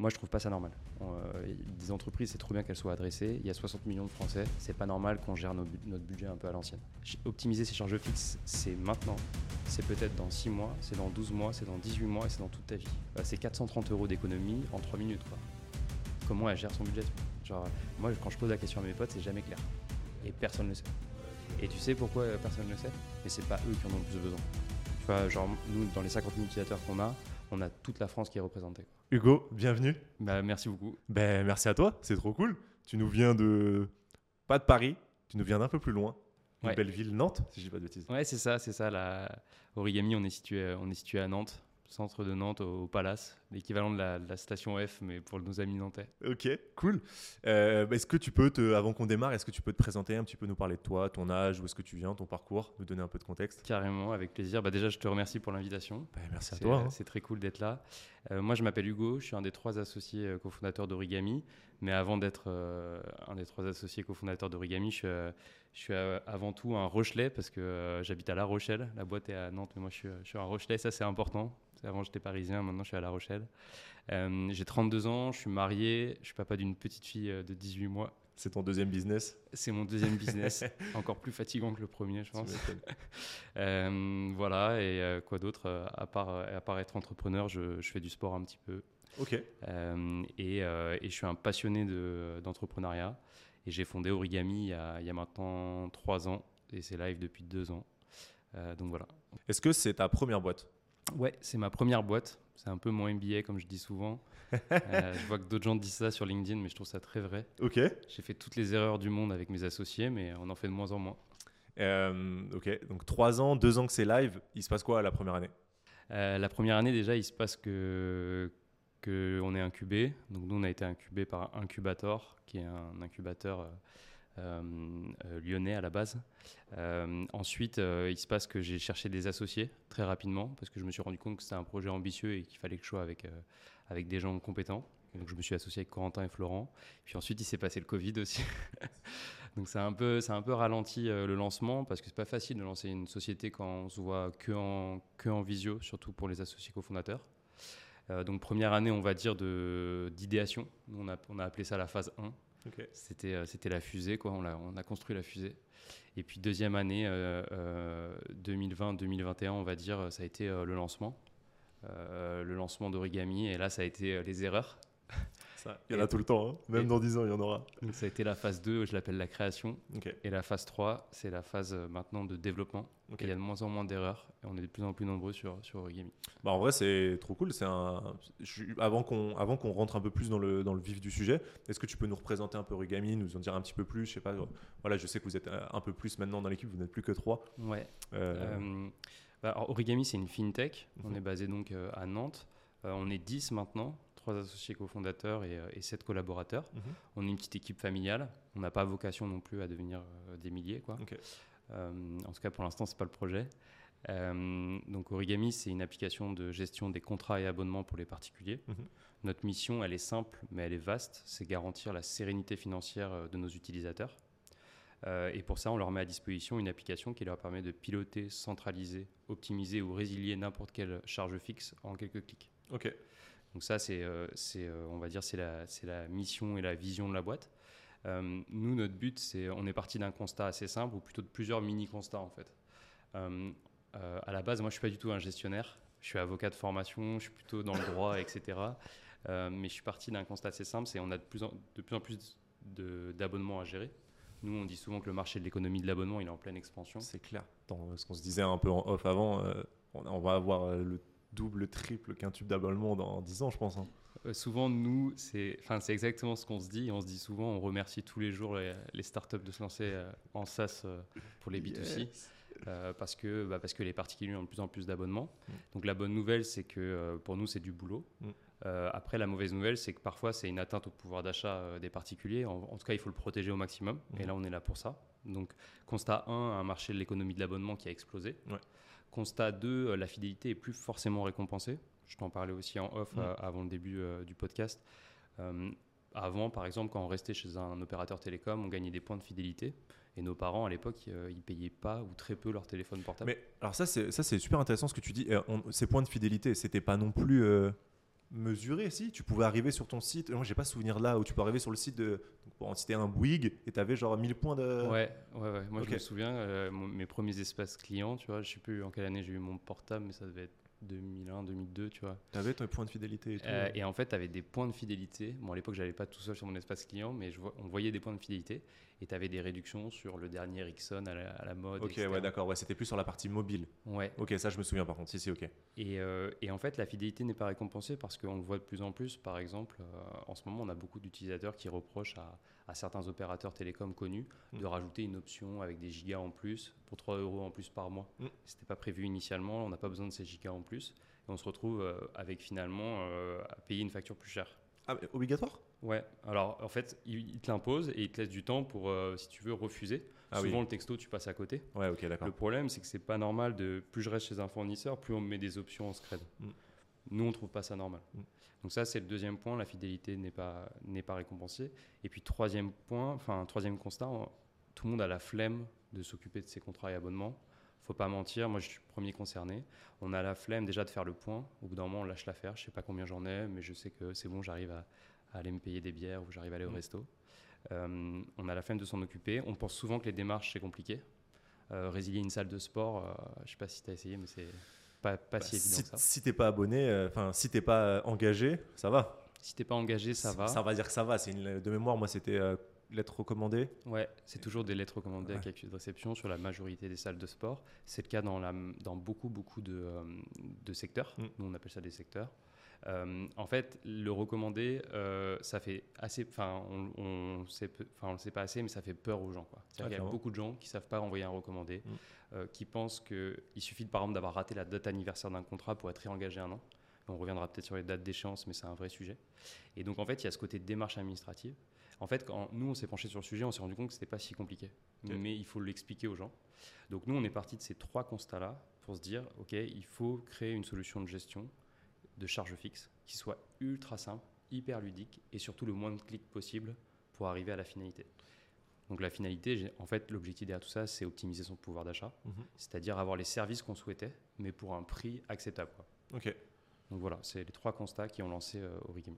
Moi, je trouve pas ça normal. Des entreprises, c'est trop bien qu'elles soient adressées. Il y a 60 millions de Français. C'est pas normal qu'on gère notre budget un peu à l'ancienne. Optimiser ses charges fixes, c'est maintenant. C'est peut-être dans 6 mois, c'est dans 12 mois, c'est dans 18 mois et c'est dans toute ta vie. C'est 430 € d'économie en 3 minutes, quoi. Comment elle gère son budget? Genre, moi, quand je pose la question à mes potes, c'est jamais clair. Et personne ne le sait. Et tu sais pourquoi personne ne le sait? Mais c'est pas eux qui en ont le plus besoin. Tu vois, genre, nous, dans les 50 000 utilisateurs qu'on a, on a toute la France qui est représentée. Hugo, bienvenue. Bah, merci beaucoup. Merci à toi, c'est trop cool. Tu nous viens pas de Paris, tu nous viens d'un peu plus loin. Une Ouais. belle ville, Nantes, si je dis pas de bêtises. Ouais, c'est ça. Origami, on est situé à Nantes, centre de Nantes, au Palace, l'équivalent de la station F, mais pour nos amis nantais. Ok, cool. Est-ce que tu peux, avant qu'on démarre, est-ce que tu peux te présenter un petit peu, nous parler de toi, ton âge, où est-ce que tu viens, ton parcours, nous donner un peu de contexte? Carrément, avec plaisir. Bah, déjà, je te remercie pour l'invitation. Merci à toi. C'est très cool d'être là. Moi, je m'appelle Hugo, je suis un des 3 associés cofondateurs d'Origami. Mais avant d'être un des 3 associés cofondateurs d'Origami, je suis avant tout un Rochelais parce que j'habite à La Rochelle. La boîte est à Nantes, mais moi, je suis un Rochelais. Ça, c'est important. Avant, j'étais parisien, maintenant, je suis à La Rochelle. J'ai 32 ans, je suis marié, je suis papa d'une petite fille de 18 mois. C'est ton deuxième business? C'est mon deuxième business, encore plus fatigant que le premier, je pense. Voilà, et quoi d'autre à part être entrepreneur, je fais du sport un petit peu. Ok. Et je suis un passionné d'entrepreneuriat. Et j'ai fondé Origami il y a maintenant 3 ans, et c'est live depuis 2 ans. Donc voilà. Est-ce que c'est ta première boîte? Ouais, c'est ma première boîte. C'est un peu mon MBA, comme je dis souvent. Je vois que d'autres gens disent ça sur LinkedIn, mais je trouve ça très vrai. Ok. J'ai fait toutes les erreurs du monde avec mes associés, mais on en fait de moins en moins. Ok, donc 3 ans, 2 ans que c'est live, il se passe quoi la première année? La première année, déjà, il se passe qu'on est incubé. Donc nous, on a été incubé par Incubator, qui est un incubateur lyonnais à la base. Ensuite, il se passe que j'ai cherché des associés très rapidement parce que je me suis rendu compte que c'était un projet ambitieux et qu'il fallait que je sois avec des gens compétents. Et donc je me suis associé avec Corentin et Florent. Puis ensuite, il s'est passé le Covid aussi. Donc ça a un peu ralenti le lancement parce que c'est pas facile de lancer une société quand on se voit que en visio, surtout pour les associés cofondateurs. Donc première année, on va dire d'idéation. On a appelé ça la phase 1. Okay. C'était la fusée, quoi. On a construit la fusée. Et puis deuxième année, 2020-2021, on va dire, ça a été le lancement d'Origami. Et là, ça a été les erreurs. Il y en a tout le temps, hein. Même dans 10 ans, il y en aura. Donc ça a été la phase 2, je l'appelle la création. Okay. Et la phase 3, c'est la phase maintenant de développement. Okay. Il y a de moins en moins d'erreurs et on est de plus en plus nombreux sur Origami. En vrai, c'est trop cool. Avant qu'on rentre un peu plus dans le vif du sujet, est-ce que tu peux nous représenter un peu Origami, nous en dire un petit peu plus? Je sais pas. Voilà, je sais que vous êtes un peu plus maintenant dans l'équipe, vous n'êtes plus que 3. Ouais. Alors, Origami, c'est une fintech. On est basé donc à Nantes. On est 10 maintenant. 3 associés cofondateurs et 7 collaborateurs. On est une petite équipe familiale. On n'a pas vocation non plus à devenir des milliers, quoi. Okay. En tout cas, pour l'instant, c'est pas le projet. Donc Origami, c'est une application de gestion des contrats et abonnements pour les particuliers. Notre mission, elle est simple, mais elle est vaste. C'est garantir la sérénité financière de nos utilisateurs. Et pour ça, on leur met à disposition une application qui leur permet de piloter, centraliser, optimiser ou résilier n'importe quelle charge fixe en quelques clics. Ok. Donc ça, on va dire, c'est la mission et la vision de la boîte. Nous, notre but, on est parti d'un constat assez simple, ou plutôt de plusieurs mini-constats en fait. À la base, moi, je ne suis pas du tout un gestionnaire. Je suis avocat de formation, je suis plutôt dans le droit, etc. Mais je suis parti d'un constat assez simple, c'est qu'on a de plus en plus d'abonnements à gérer. Nous, on dit souvent que le marché de l'économie de l'abonnement, il est en pleine expansion. C'est clair. Dans ce qu'on se disait un peu en off avant, on va avoir le double, triple, quintuple d'abonnements dans 10 ans, je pense. Souvent, nous, c'est exactement ce qu'on se dit. Et on se dit souvent, on remercie tous les jours les startups de se lancer en SaaS pour les B2C. Yes. Parce que les particuliers ont de plus en plus d'abonnements. Donc la bonne nouvelle, c'est que pour nous, c'est du boulot. Après, la mauvaise nouvelle, c'est que parfois, c'est une atteinte au pouvoir d'achat des particuliers. En tout cas, il faut le protéger au maximum. Et là, on est là pour ça. Donc, constat 1, un marché de l'économie de l'abonnement qui a explosé. Ouais. Constat 2, la fidélité est plus forcément récompensée. Je t'en parlais aussi en off avant le début du podcast. Avant, par exemple, quand on restait chez un opérateur télécom, on gagnait des points de fidélité. Et nos parents, à l'époque, ils ne payaient pas ou très peu leur téléphone portable. Mais alors ça, c'est super intéressant ce que tu dis. Ces points de fidélité, ce n'était pas non plus mesurer, si tu pouvais arriver sur ton site. Moi, j'ai pas souvenir là où tu peux arriver sur le site pour en citer un Bouygues et tu avais genre 1000 points de. Ouais. Moi, Ok. je me souviens, mes premiers espaces clients, tu vois, je sais plus en quelle année j'ai eu mon portable, mais ça devait être 2001, 2002, tu vois. Tu avais ton point de fidélité et tout. Et en fait, tu avais des points de fidélité. Bon, à l'époque, j'allais pas tout seul sur mon espace client, mais on voyait des points de fidélité et tu avais des réductions sur le dernier Ericsson à la mode, Ok, etc. ouais, d'accord. Ouais, c'était plus sur la partie mobile. Ouais. Ok, ça, je me souviens par contre. Si, ok. Et en fait, la fidélité n'est pas récompensée parce qu'on le voit de plus en plus. Par exemple, en ce moment, on a beaucoup d'utilisateurs qui reprochent à certains opérateurs télécoms connus de rajouter une option avec des gigas en plus pour 3 euros en plus par mois. C'était pas prévu initialement, on n'a pas besoin de ces gigas en plus. Et on se retrouve avec finalement à payer une facture plus chère. Ah, mais obligatoire? Ouais, alors en fait, il te l'impose et il te laisse du temps pour, si tu veux, refuser. Ah Souvent, oui. le texto, tu passes à côté. Ouais, ok, d'accord. Le problème, c'est que c'est pas normal plus je reste chez un fournisseur, plus on me met des options en scred. Nous, on trouve pas ça normal. Donc ça, c'est le deuxième point, la fidélité n'est pas récompensée. Et puis troisième constat, tout le monde a la flemme de s'occuper de ses contrats et abonnements. Faut pas mentir, moi je suis le premier concerné. On a la flemme déjà de faire le point. Au bout d'un moment, on lâche l'affaire. Je sais pas combien j'en ai, mais je sais que c'est bon, j'arrive à aller me payer des bières ou j'arrive à aller au resto. On a la flemme de s'en occuper. On pense souvent que les démarches, c'est compliqué. Résilier une salle de sport, je sais pas si tu as essayé, mais c'est pas si évident ça. Si t'es pas abonné, si t'es pas engagé, ça va. Si t'es pas engagé, ça va. Ça va dire que ça va. De mémoire, moi, c'était lettre recommandée. Ouais, c'est toujours des lettres recommandées avec accusé de réception sur la majorité des salles de sport. C'est le cas dans beaucoup de secteurs. Nous, on appelle ça des secteurs. En fait, le recommandé, ça fait assez. Enfin, on le sait pas assez, mais ça fait peur aux gens, quoi. C'est-à-dire qu'il y a beaucoup de gens qui savent pas envoyer un recommandé, qui pensent qu'il suffit, par exemple, d'avoir raté la date anniversaire d'un contrat pour être réengagé un an. On reviendra peut-être sur les dates d'échéance, mais c'est un vrai sujet. Et donc, en fait, il y a ce côté de démarche administrative. En fait, quand nous, on s'est penché sur le sujet, on s'est rendu compte que ce n'était pas si compliqué. Mais il faut l'expliquer aux gens. Donc, nous, on est parti de ces 3 constats-là pour se dire, OK, il faut créer une solution de gestion de charges fixes qui soit ultra simple, hyper ludique et surtout le moins de clics possible pour arriver à la finalité. Donc, la finalité, en fait, l'objectif derrière tout ça, c'est optimiser son pouvoir d'achat, c'est-à-dire avoir les services qu'on souhaitait, mais pour un prix acceptable, quoi. Ok. Donc, voilà, c'est les 3 constats qui ont lancé Origami.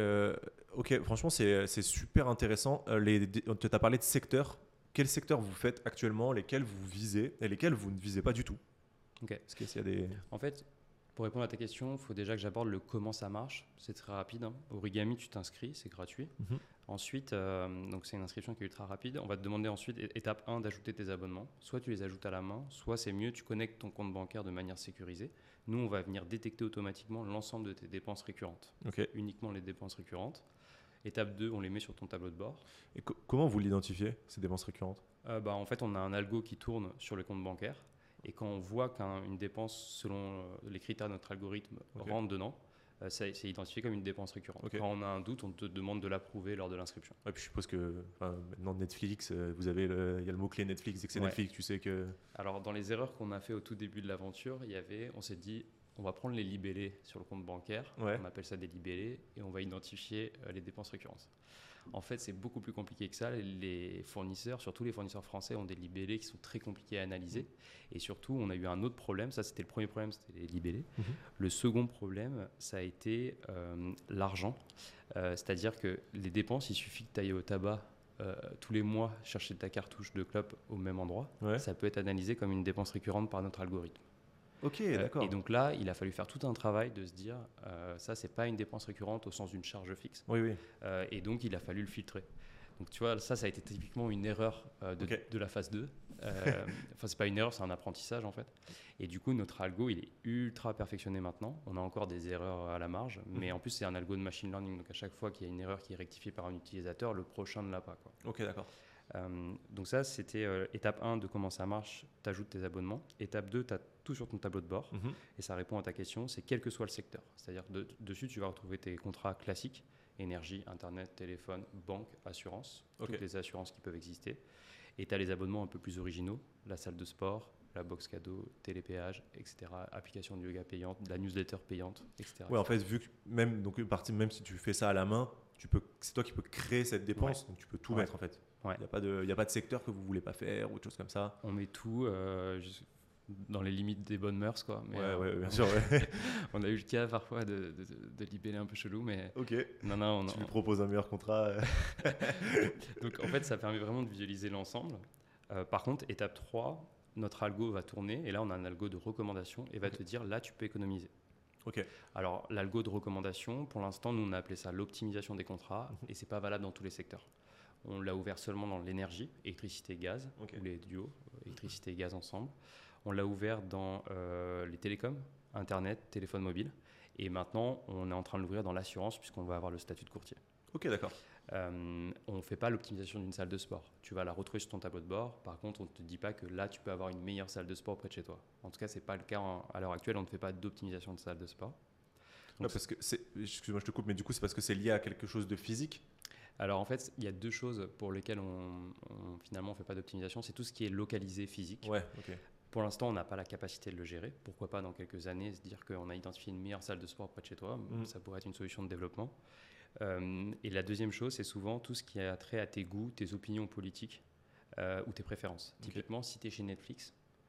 Ok, franchement, c'est super intéressant. Tu as parlé de secteurs. Quels secteurs vous faites actuellement, lesquels vous visez et lesquels vous ne visez pas du tout? Ok. Est-ce qu'il y a des... En fait, pour répondre à ta question, il faut déjà que j'aborde le comment ça marche. C'est très rapide. Origami, tu t'inscris, c'est gratuit. Ensuite, donc c'est une inscription qui est ultra rapide. On va te demander ensuite, étape 1, d'ajouter tes abonnements. Soit tu les ajoutes à la main, soit c'est mieux, tu connectes ton compte bancaire de manière sécurisée. Nous, on va venir détecter automatiquement l'ensemble de tes dépenses récurrentes. Uniquement les dépenses récurrentes. Étape 2, on les met sur ton tableau de bord. Et comment vous l'identifiez, ces dépenses récurrentes? En fait, on a un algo qui tourne sur le compte bancaire. Et quand on voit qu'une dépense, selon les critères de notre algorithme, rentre dedans, c'est identifié comme une dépense récurrente. Quand on a un doute, on te demande de l'approuver lors de l'inscription. Ouais, puis je suppose que maintenant Netflix, il y a le mot-clé Netflix, et que c'est Netflix, tu sais que... Alors, dans les erreurs qu'on a fait au tout début de l'aventure, on s'est dit, on va prendre les libellés sur le compte bancaire, on appelle ça des libellés, et on va identifier les dépenses récurrentes. En fait, c'est beaucoup plus compliqué que ça. Les fournisseurs, surtout les fournisseurs français, ont des libellés qui sont très compliqués à analyser. Et surtout, on a eu un autre problème. Ça, c'était le premier problème, c'était les libellés. Le second problème, ça a été l'argent. C'est-à-dire que les dépenses, il suffit que tu ailles au tabac tous les mois chercher ta cartouche de clope au même endroit. Ça peut être analysé comme une dépense récurrente par notre algorithme. Ok, d'accord. Et donc là, il a fallu faire tout un travail de se dire, ça, c'est pas une dépense récurrente au sens d'une charge fixe. Et donc, il a fallu le filtrer. Donc, tu vois, ça a été typiquement une erreur de la phase 2. Enfin, c'est pas une erreur, c'est un apprentissage, en fait. Et du coup, notre algo, il est ultra perfectionné maintenant. On a encore des erreurs à la marge, mais en plus, c'est un algo de machine learning. Donc, à chaque fois qu'il y a une erreur qui est rectifiée par un utilisateur, le prochain ne l'a pas, quoi. Ok, d'accord. Donc ça, c'était étape 1 de comment ça marche, tu ajoutes tes abonnements. Étape 2, tu as tout sur ton tableau de bord. Et ça répond à ta question, c'est quel que soit le secteur. C'est-à-dire dessus, tu vas retrouver tes contrats classiques, énergie, internet, téléphone, banque, assurance, toutes les assurances qui peuvent exister. Et tu as les abonnements un peu plus originaux, la salle de sport, la box cadeau, télépéage, etc. Application de yoga payante, la newsletter payante, etc. Ouais, en fait, vu que même si tu fais ça à la main, c'est toi qui peux créer cette dépense, donc tu peux tout mettre en fait. Il n'y a pas de secteur que vous ne voulez pas faire ou autre chose comme ça. On met tout. dans les limites des bonnes mœurs, quoi. Mais, ouais, bien sûr. Ouais. on a eu le cas parfois de libeller un peu chelou, mais Ok. non. Tu lui proposes un meilleur contrat. Donc en fait, ça permet vraiment de visualiser l'ensemble. Par contre, étape 3, notre algo va tourner, et là, on a un algo de recommandation, et va te dire, là, tu peux économiser. Ok. Alors, l'algo de recommandation, pour l'instant, nous, on a appelé ça l'optimisation des contrats, et c'est pas valable dans tous les secteurs. On l'a ouvert seulement dans l'énergie, électricité et gaz, ou les duos, électricité et gaz ensemble. On l'a ouvert dans les télécoms, Internet, téléphone mobile. Et maintenant, on est en train de l'ouvrir dans l'assurance, puisqu'on va avoir le statut de courtier. Ok, d'accord. On ne fait pas l'optimisation d'une salle de sport. Tu vas la retrouver sur ton tableau de bord. Par contre, on ne te dit pas que là, tu peux avoir une meilleure salle de sport près de chez toi. En tout cas, ce n'est pas le cas à l'heure actuelle. On ne fait pas d'optimisation de salle de sport. Donc, parce que excuse-moi, je te coupe, mais du coup, c'est parce que c'est lié à quelque chose de physique. Alors en fait, il y a deux choses pour lesquelles finalement on ne fait pas d'optimisation. C'est tout ce qui est localisé physique. Ouais, ok. Pour l'instant, on n'a pas la capacité de le gérer. Pourquoi pas dans quelques années se dire qu'on a identifié une meilleure salle de sport près de chez toi. Ça pourrait être une solution de développement. Et la deuxième chose, c'est souvent tout ce qui a trait à tes goûts, tes opinions politiques ou tes préférences. Okay. Typiquement, si tu es chez Netflix,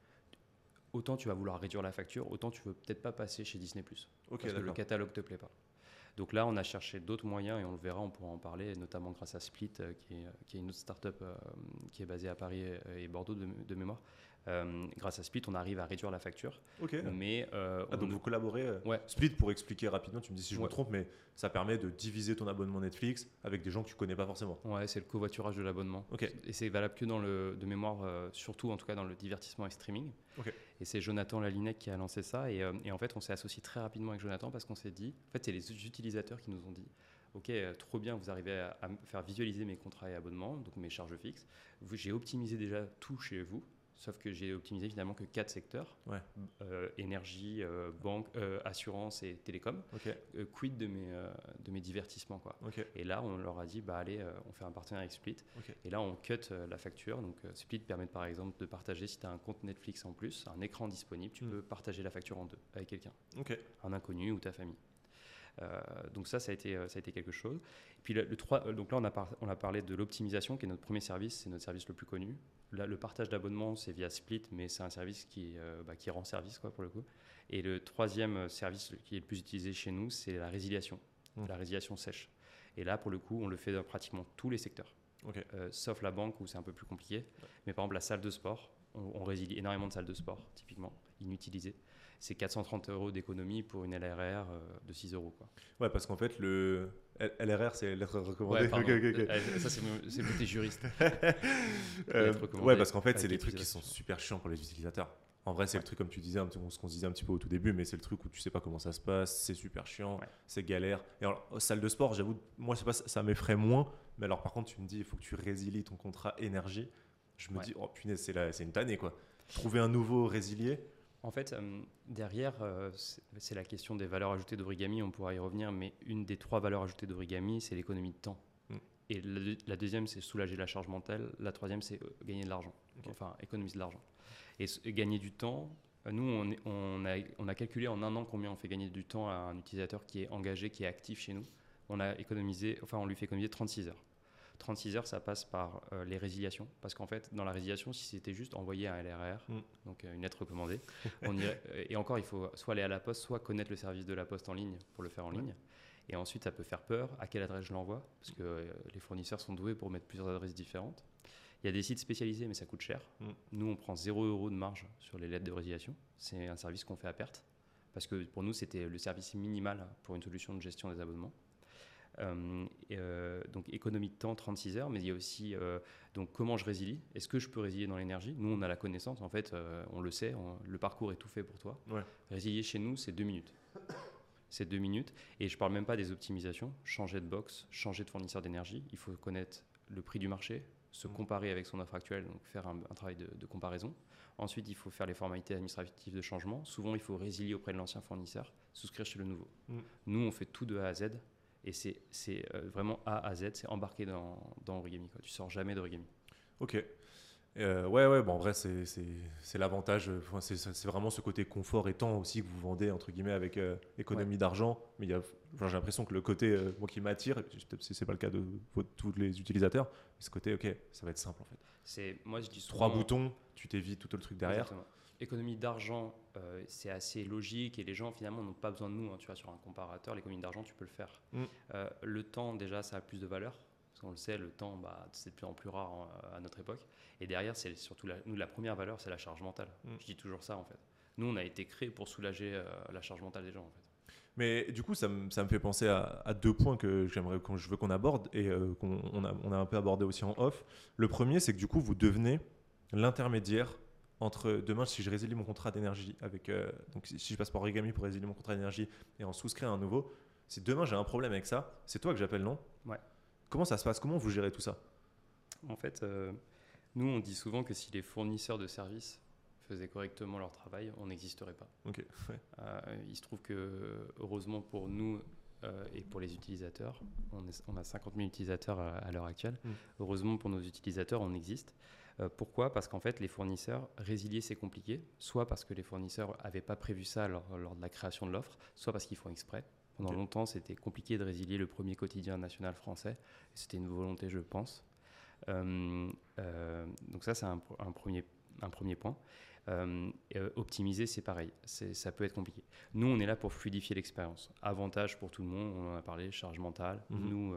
autant tu vas vouloir réduire la facture, autant tu ne veux peut-être pas passer chez Disney+. Parce que le catalogue ne te plaît pas. Donc là, on a cherché d'autres moyens et on le verra, on pourra en parler, notamment grâce à Split, qui est une autre start-up qui est basée à Paris et Bordeaux de mémoire. Grâce à Split, on arrive à réduire la facture. Ok. Mais, donc vous collaborez. Ouais. Split, pour expliquer rapidement, tu me dis si je me trompe, mais ça permet de diviser ton abonnement Netflix avec des gens que tu connais pas forcément. Ouais, c'est le covoiturage de l'abonnement. Okay. Et c'est valable que dans de mémoire, surtout en tout cas dans le divertissement et streaming. Okay. Et c'est Jonathan Lalinec qui a lancé ça. Et en fait, on s'est associé très rapidement avec Jonathan parce qu'on s'est dit, en fait, c'est les utilisateurs qui nous ont dit, ok, trop bien, vous arrivez à me faire visualiser mes contrats et abonnements, donc mes charges fixes. J'ai optimisé déjà tout chez vous. Sauf que j'ai optimisé finalement que 4 secteurs, énergie, banque, assurance et télécom. Okay. Quid de mes divertissements, quoi. Okay. Et là, on leur a dit, allez, on fait un partenariat avec Split. Okay. Et là, on cut la facture. Donc Split permet par exemple de partager, si tu as un compte Netflix en plus, un écran disponible, tu peux partager la facture en deux avec quelqu'un, un inconnu ou ta famille. Donc ça a été quelque chose. Et puis donc là, on a parlé de l'optimisation, qui est notre premier service, c'est notre service le plus connu. Là, le partage d'abonnement, c'est via Split, mais c'est un service qui rend service, quoi, pour le coup. Et le troisième service qui est le plus utilisé chez nous, c'est la résiliation, la résiliation sèche. Et là, pour le coup, on le fait dans pratiquement tous les secteurs, sauf la banque où c'est un peu plus compliqué. Mais par exemple, la salle de sport, on résilie énormément de salles de sport, typiquement, inutilisées. C'est 430 € d'économie pour une LRR de 6 €. Quoi. Ouais, parce qu'en fait, le LRR, c'est lettre recommandée. Ouais, ça, c'est le côté juriste. Ouais, parce qu'en fait, c'est des trucs qui sont super chiants pour les utilisateurs. En vrai, c'est le truc, comme tu disais, ce qu'on se disait un petit peu au tout début, mais c'est le truc où tu sais pas comment ça se passe, c'est super chiant, c'est galère. Et alors, salle de sport, j'avoue, moi, je sais pas, ça m'effraie moins. Mais alors, par contre, tu me dis, il faut que tu résilies ton contrat énergie. Je me dis, oh punaise, c'est une tannée, quoi. Trouver un nouveau résilié. En fait, derrière, c'est la question des valeurs ajoutées d'Origami, on pourra y revenir, mais une des 3 valeurs ajoutées d'Origami, c'est l'économie de temps. Et la deuxième, c'est soulager la charge mentale. La troisième, c'est gagner de l'argent, enfin économiser de l'argent. Et gagner du temps, nous, on a calculé en 1 an combien on fait gagner du temps à un utilisateur qui est engagé, qui est actif chez nous. On lui fait économiser 36 heures. 36 heures, ça passe par les résiliations. Parce qu'en fait, dans la résiliation, si c'était juste envoyer un LRR, donc une lettre recommandée, et encore, il faut soit aller à la poste, soit connaître le service de la poste en ligne pour le faire en ligne. Et ensuite, ça peut faire peur. À quelle adresse je l'envoie ? Parce que les fournisseurs sont doués pour mettre plusieurs adresses différentes. Il y a des sites spécialisés, mais ça coûte cher. Nous, on prend 0 € de marge sur les lettres de résiliation. C'est un service qu'on fait à perte. Parce que pour nous, c'était le service minimal pour une solution de gestion des abonnements. Donc économie de temps, 36 heures, mais il y a aussi donc comment je résilie. Est-ce que je peux résilier dans l'énergie ? Nous, on a la connaissance, en fait, on le sait, le parcours est tout fait pour toi. Résilier chez nous, c'est 2 minutes. C'est 2 minutes, et je ne parle même pas des optimisations, changer de box, changer de fournisseur d'énergie. Il faut connaître le prix du marché, se comparer avec son offre actuelle, donc faire un travail de comparaison. Ensuite, il faut faire les formalités administratives de changement. Souvent, il faut résilier auprès de l'ancien fournisseur, souscrire chez le nouveau. Nous, on fait tout de A à Z. Et c'est vraiment A à Z, c'est embarqué dans Origami. Tu ne sors jamais d'Origami. Ok. Ouais, bon, en vrai, c'est l'avantage. C'est vraiment ce côté confort et temps aussi que vous vendez, entre guillemets, avec économie d'argent. Mais j'ai l'impression que le côté moi, qui m'attire, peut-être si ce n'est pas le cas de tous les utilisateurs, ce côté, ok, ça va être simple en fait. Moi, je dis souvent, 3 boutons, tu t'évites tout le truc derrière. Exactement. Économie d'argent, c'est assez logique et les gens finalement n'ont pas besoin de nous. Hein, tu vois, sur un comparateur, l'économie d'argent, tu peux le faire. Le temps, déjà, ça a plus de valeur. Parce qu'on le sait, le temps, c'est de plus en plus rare à notre époque. Et derrière, c'est surtout la première valeur, c'est la charge mentale. Je dis toujours ça en fait. Nous, on a été créés pour soulager la charge mentale des gens en fait. Mais du coup, ça me fait penser à 2 points que je veux qu'on aborde et qu'on a un peu abordé aussi en off. Le premier, c'est que du coup, vous devenez l'intermédiaire entre demain, si je résilie mon contrat d'énergie donc si je passe par Origami pour résilier mon contrat d'énergie et en souscrire un nouveau, si demain j'ai un problème avec ça, c'est toi que j'appelle, non? Ouais. Comment ça se passe? Comment vous gérez tout ça? En fait, nous, on dit souvent que si les fournisseurs de services faisaient correctement leur travail, on n'existerait pas. Ok. Ouais. Il se trouve que, heureusement pour nous et pour les utilisateurs, on a 50 000 utilisateurs à l'heure actuelle. Heureusement pour nos utilisateurs, on existe. Pourquoi? Parce qu'en fait, les fournisseurs, résilier, c'est compliqué. Soit parce que les fournisseurs n'avaient pas prévu ça lors de la création de l'offre, soit parce qu'ils font exprès. Pendant longtemps, c'était compliqué de résilier le premier quotidien national français. C'était une volonté, je pense. Donc ça, c'est un premier point. Optimiser, c'est pareil. Ça peut être compliqué. Nous, on est là pour fluidifier l'expérience. Avantage pour tout le monde, on en a parlé, charge mentale. Nous,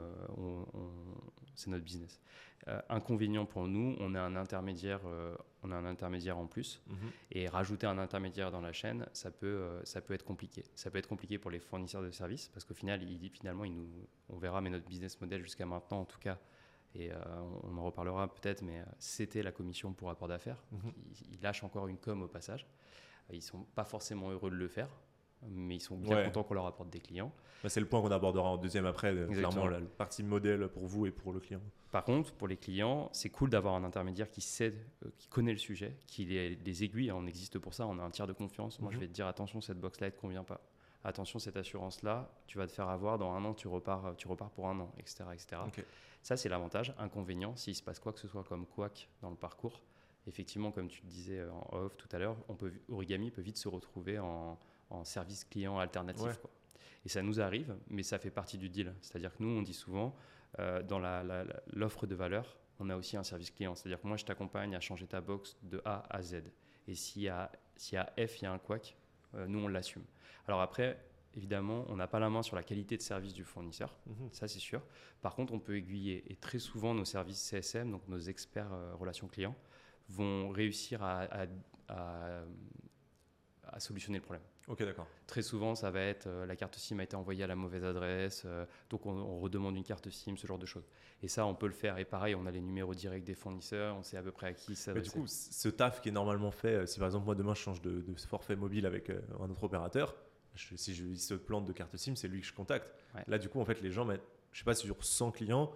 c'est notre business. Inconvénient pour nous, on a un intermédiaire en plus. Et rajouter un intermédiaire dans la chaîne, ça peut être compliqué. Ça peut être compliqué pour les fournisseurs de services parce qu'au final, on verra, mais notre business model jusqu'à maintenant, en tout cas, et on en reparlera peut-être, mais c'était la commission pour rapport d'affaires. Ils lâchent encore une com au passage. Ils ne sont pas forcément heureux de le faire, mais ils sont bien contents qu'on leur apporte des clients. C'est le point qu'on abordera en deuxième après, clairement la partie modèle pour vous et pour le client. Par contre, pour les clients, c'est cool d'avoir un intermédiaire qui sait, qui connaît le sujet, qui les aiguille. On existe pour ça, on a un tiers de confiance. Moi, je vais te dire, attention, cette box-là, elle ne te convient pas. Attention, cette assurance-là, tu vas te faire avoir, dans un an, tu repars pour un an, etc. etc. Okay. Ça, c'est l'avantage. Inconvénient, s'il se passe quoi que ce soit comme couac dans le parcours, effectivement, comme tu le disais en off tout à l'heure, Origami peut vite se retrouver en service client alternatif. Quoi. Et ça nous arrive, mais ça fait partie du deal. C'est-à-dire que nous, on dit souvent, dans l'offre de valeur, on a aussi un service client. C'est-à-dire que moi, je t'accompagne à changer ta box de A à Z. Et s'il y a F, il y a un couac, nous, on l'assume. Alors après, évidemment, on n'a pas la main sur la qualité de service du fournisseur, ça c'est sûr. Par contre, on peut aiguiller. Et très souvent, nos services CSM, donc nos experts relations clients, vont réussir à solutionner le problème. Ok, d'accord. Très souvent, ça va être la carte SIM a été envoyée à la mauvaise adresse, donc on redemande une carte SIM, ce genre de choses. Et ça, on peut le faire. Et pareil, on a les numéros directs des fournisseurs, on sait à peu près à qui ça va. Du coup, ce taf qui est normalement fait, si par exemple moi demain je change de forfait mobile avec un autre opérateur, si il se plante de carte SIM, c'est lui que je contacte. Ouais. Là, du coup, en fait, les gens mettent, je sais pas, sur 100 clients,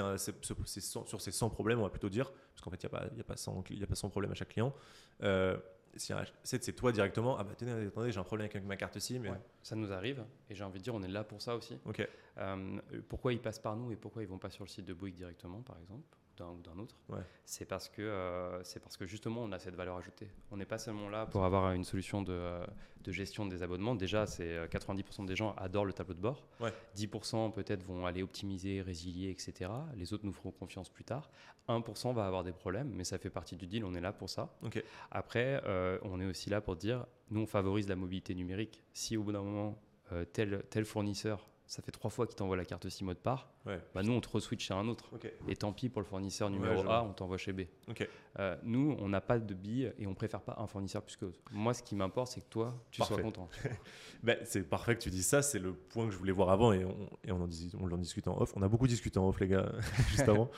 sur ces 100 problèmes, on va plutôt dire, parce qu'en fait, il n'y a pas 100 problèmes à chaque client. C'est toi directement, ah bah tenez, attendez, j'ai un problème avec ma carte SIM. Ouais, ça nous arrive et j'ai envie de dire, on est là pour ça aussi. Okay. Pourquoi ils passent par nous et pourquoi ils ne vont pas sur le site de Bouygues directement, par exemple, ou d'un autre, c'est parce que justement, on a cette valeur ajoutée. On n'est pas seulement là pour avoir une solution de gestion des abonnements. Déjà, 90% des gens adorent le tableau de bord. 10% peut-être vont aller optimiser, résilier, etc. Les autres nous feront confiance plus tard. 1% va avoir des problèmes, mais ça fait partie du deal, on est là pour ça. Okay. Après, on est aussi là pour dire, nous on favorise la mobilité numérique. Si au bout d'un moment, tel fournisseur, ça fait 3 fois qu'il t'envoie la carte SIM mot de part, nous on te re-switch chez un autre. Okay. Et tant pis pour le fournisseur numéro A, on t'envoie chez B. Okay. Nous, on n'a pas de billes et on préfère pas un fournisseur plus que l'autre. Moi, ce qui m'importe, c'est que toi, tu sois content. C'est parfait que tu dises ça, c'est le point que je voulais voir avant et on en discute en off. On a beaucoup discuté en off, les gars, juste avant.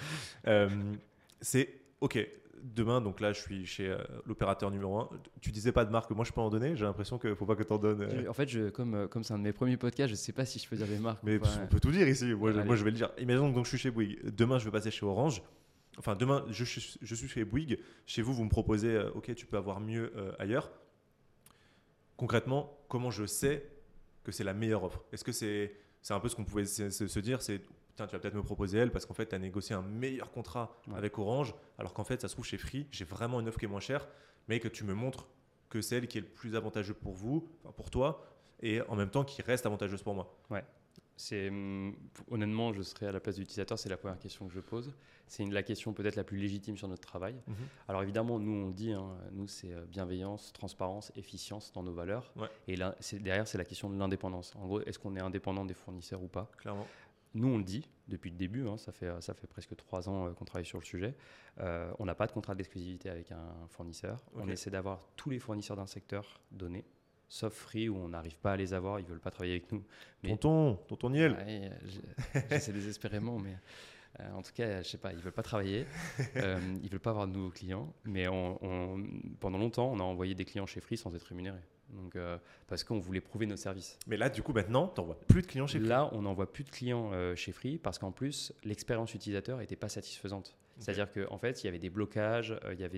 C'est OK. Demain, donc là, je suis chez l'opérateur numéro 1. Tu disais pas de marque, moi je peux en donner. J'ai l'impression qu'il ne faut pas que tu en donnes. En fait, comme c'est un de mes premiers podcasts, je ne sais pas si je peux dire des marques. Mais on peut tout dire ici. Moi, je vais le dire. Imaginons que je suis chez Bouygues. Demain, je vais passer chez Orange. Enfin, demain, je suis chez Bouygues. Chez vous, vous me proposez, OK, tu peux avoir mieux ailleurs. Concrètement, comment je sais que c'est la meilleure offre? Est-ce que c'est un peu ce qu'on pouvait se dire, tiens, tu vas peut-être me proposer elle parce qu'en fait, tu as négocié un meilleur contrat avec Orange, alors qu'en fait, ça se trouve chez Free, j'ai vraiment une offre qui est moins chère, mais que tu me montres que c'est elle qui est le plus avantageux pour vous, enfin pour toi, et en même temps qui reste avantageuse pour moi. Ouais. Honnêtement, je serais à la place de l'utilisateur, c'est la première question que je pose. C'est la question peut-être la plus légitime sur notre travail. Alors évidemment, nous on dit, nous c'est bienveillance, transparence, efficience dans nos valeurs. Ouais. Et là, derrière, c'est la question de l'indépendance. En gros, est-ce qu'on est indépendant des fournisseurs ou pas ? Clairement. Nous, on le dit depuis le début, ça fait presque 3 ans qu'on travaille sur le sujet. On n'a pas de contrat d'exclusivité avec un fournisseur. On essaie d'avoir tous les fournisseurs d'un secteur donné, sauf Free où on n'arrive pas à les avoir, ils ne veulent pas travailler avec nous. Mais, tonton Niel. Ouais, j'essaie désespérément, mais en tout cas, je sais pas, ils ne veulent pas travailler, ils ne veulent pas avoir de nouveaux clients. Mais pendant longtemps, on a envoyé des clients chez Free sans être rémunérés. Donc, parce qu'on voulait prouver nos services. Mais là, du coup, maintenant, tu n'envoies plus de clients chez Free. Là, on n'envoie plus de clients chez Free parce qu'en plus, l'expérience utilisateur n'était pas satisfaisante. C'est-à-dire qu'en fait, il y avait des blocages, il y avait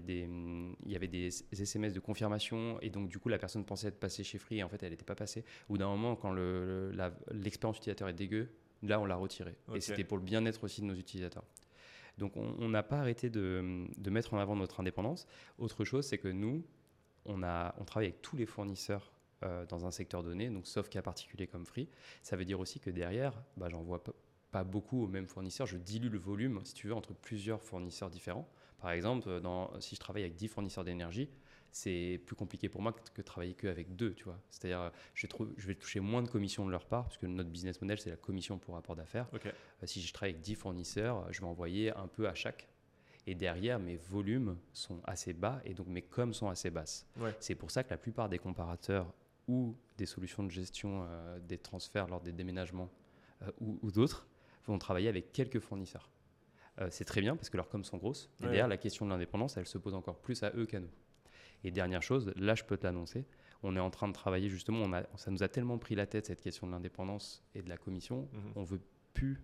des SMS de confirmation et donc du coup, la personne pensait être passée chez Free et en fait, elle n'était pas passée. Au bout d'un moment, quand l'expérience utilisateur est dégueu, là, on l'a retirée. Et c'était pour le bien-être aussi de nos utilisateurs. Donc, on n'a pas arrêté de mettre en avant notre indépendance. Autre chose, c'est que nous, on travaille avec tous les fournisseurs dans un secteur donné, donc sauf cas particuliers comme Free. Ça veut dire aussi que derrière, j'envoie pas beaucoup aux mêmes fournisseurs. Je dilue le volume, si tu veux, entre plusieurs fournisseurs différents. Par exemple, si je travaille avec 10 fournisseurs d'énergie, c'est plus compliqué pour moi que de travailler qu'avec 2, tu vois. C'est-à-dire, je vais toucher moins de commissions de leur part, parce que notre business model, c'est la commission pour rapport d'affaires. Si je travaille avec 10 fournisseurs, je vais envoyer un peu à chaque. Et derrière, mes volumes sont assez bas et donc mes coms sont assez basses. C'est pour ça que la plupart des comparateurs ou des solutions de gestion des transferts lors des déménagements ou d'autres vont travailler avec quelques fournisseurs. C'est très bien parce que leurs coms sont grosses. Et derrière, la question de l'indépendance, elle se pose encore plus à eux qu'à nous. Et dernière chose, là, je peux te l'annoncer, on est en train de travailler justement, ça nous a tellement pris la tête cette question de l'indépendance et de la commission, on veut plus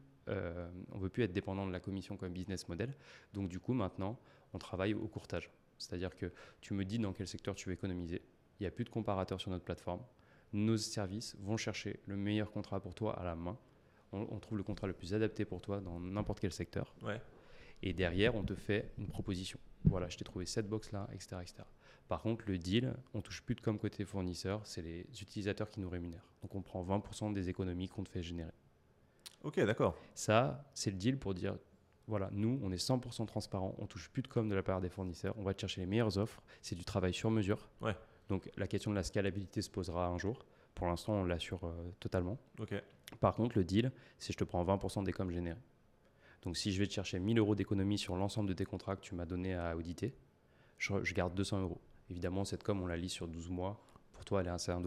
être dépendant de la commission comme business model. Donc du coup, maintenant, on travaille au courtage. C'est-à-dire que tu me dis dans quel secteur tu veux économiser. Il n'y a plus de comparateur sur notre plateforme. Nos services vont chercher le meilleur contrat pour toi à la main. On trouve le contrat le plus adapté pour toi dans n'importe quel secteur. Et derrière, on te fait une proposition. Voilà, je t'ai trouvé cette box-là, etc., etc. Par contre, le deal, on ne touche plus de com côté fournisseur. C'est les utilisateurs qui nous rémunèrent. Donc, on prend 20% des économies qu'on te fait générer. Ok, d'accord. Ça, c'est le deal pour dire, voilà, nous, on est 100% transparent, on touche plus de com de la part des fournisseurs, on va te chercher les meilleures offres, c'est du travail sur mesure. Donc, la question de la scalabilité se posera un jour. Pour l'instant, on l'assure totalement. Par contre, le deal, c'est je te prends 20% des coms générés. Donc, si je vais te chercher 1 000 € d'économie sur l'ensemble de tes contrats que tu m'as donné à auditer, je garde 200 €. Évidemment, cette com, on la lit sur 12 mois. Pour toi, elle est à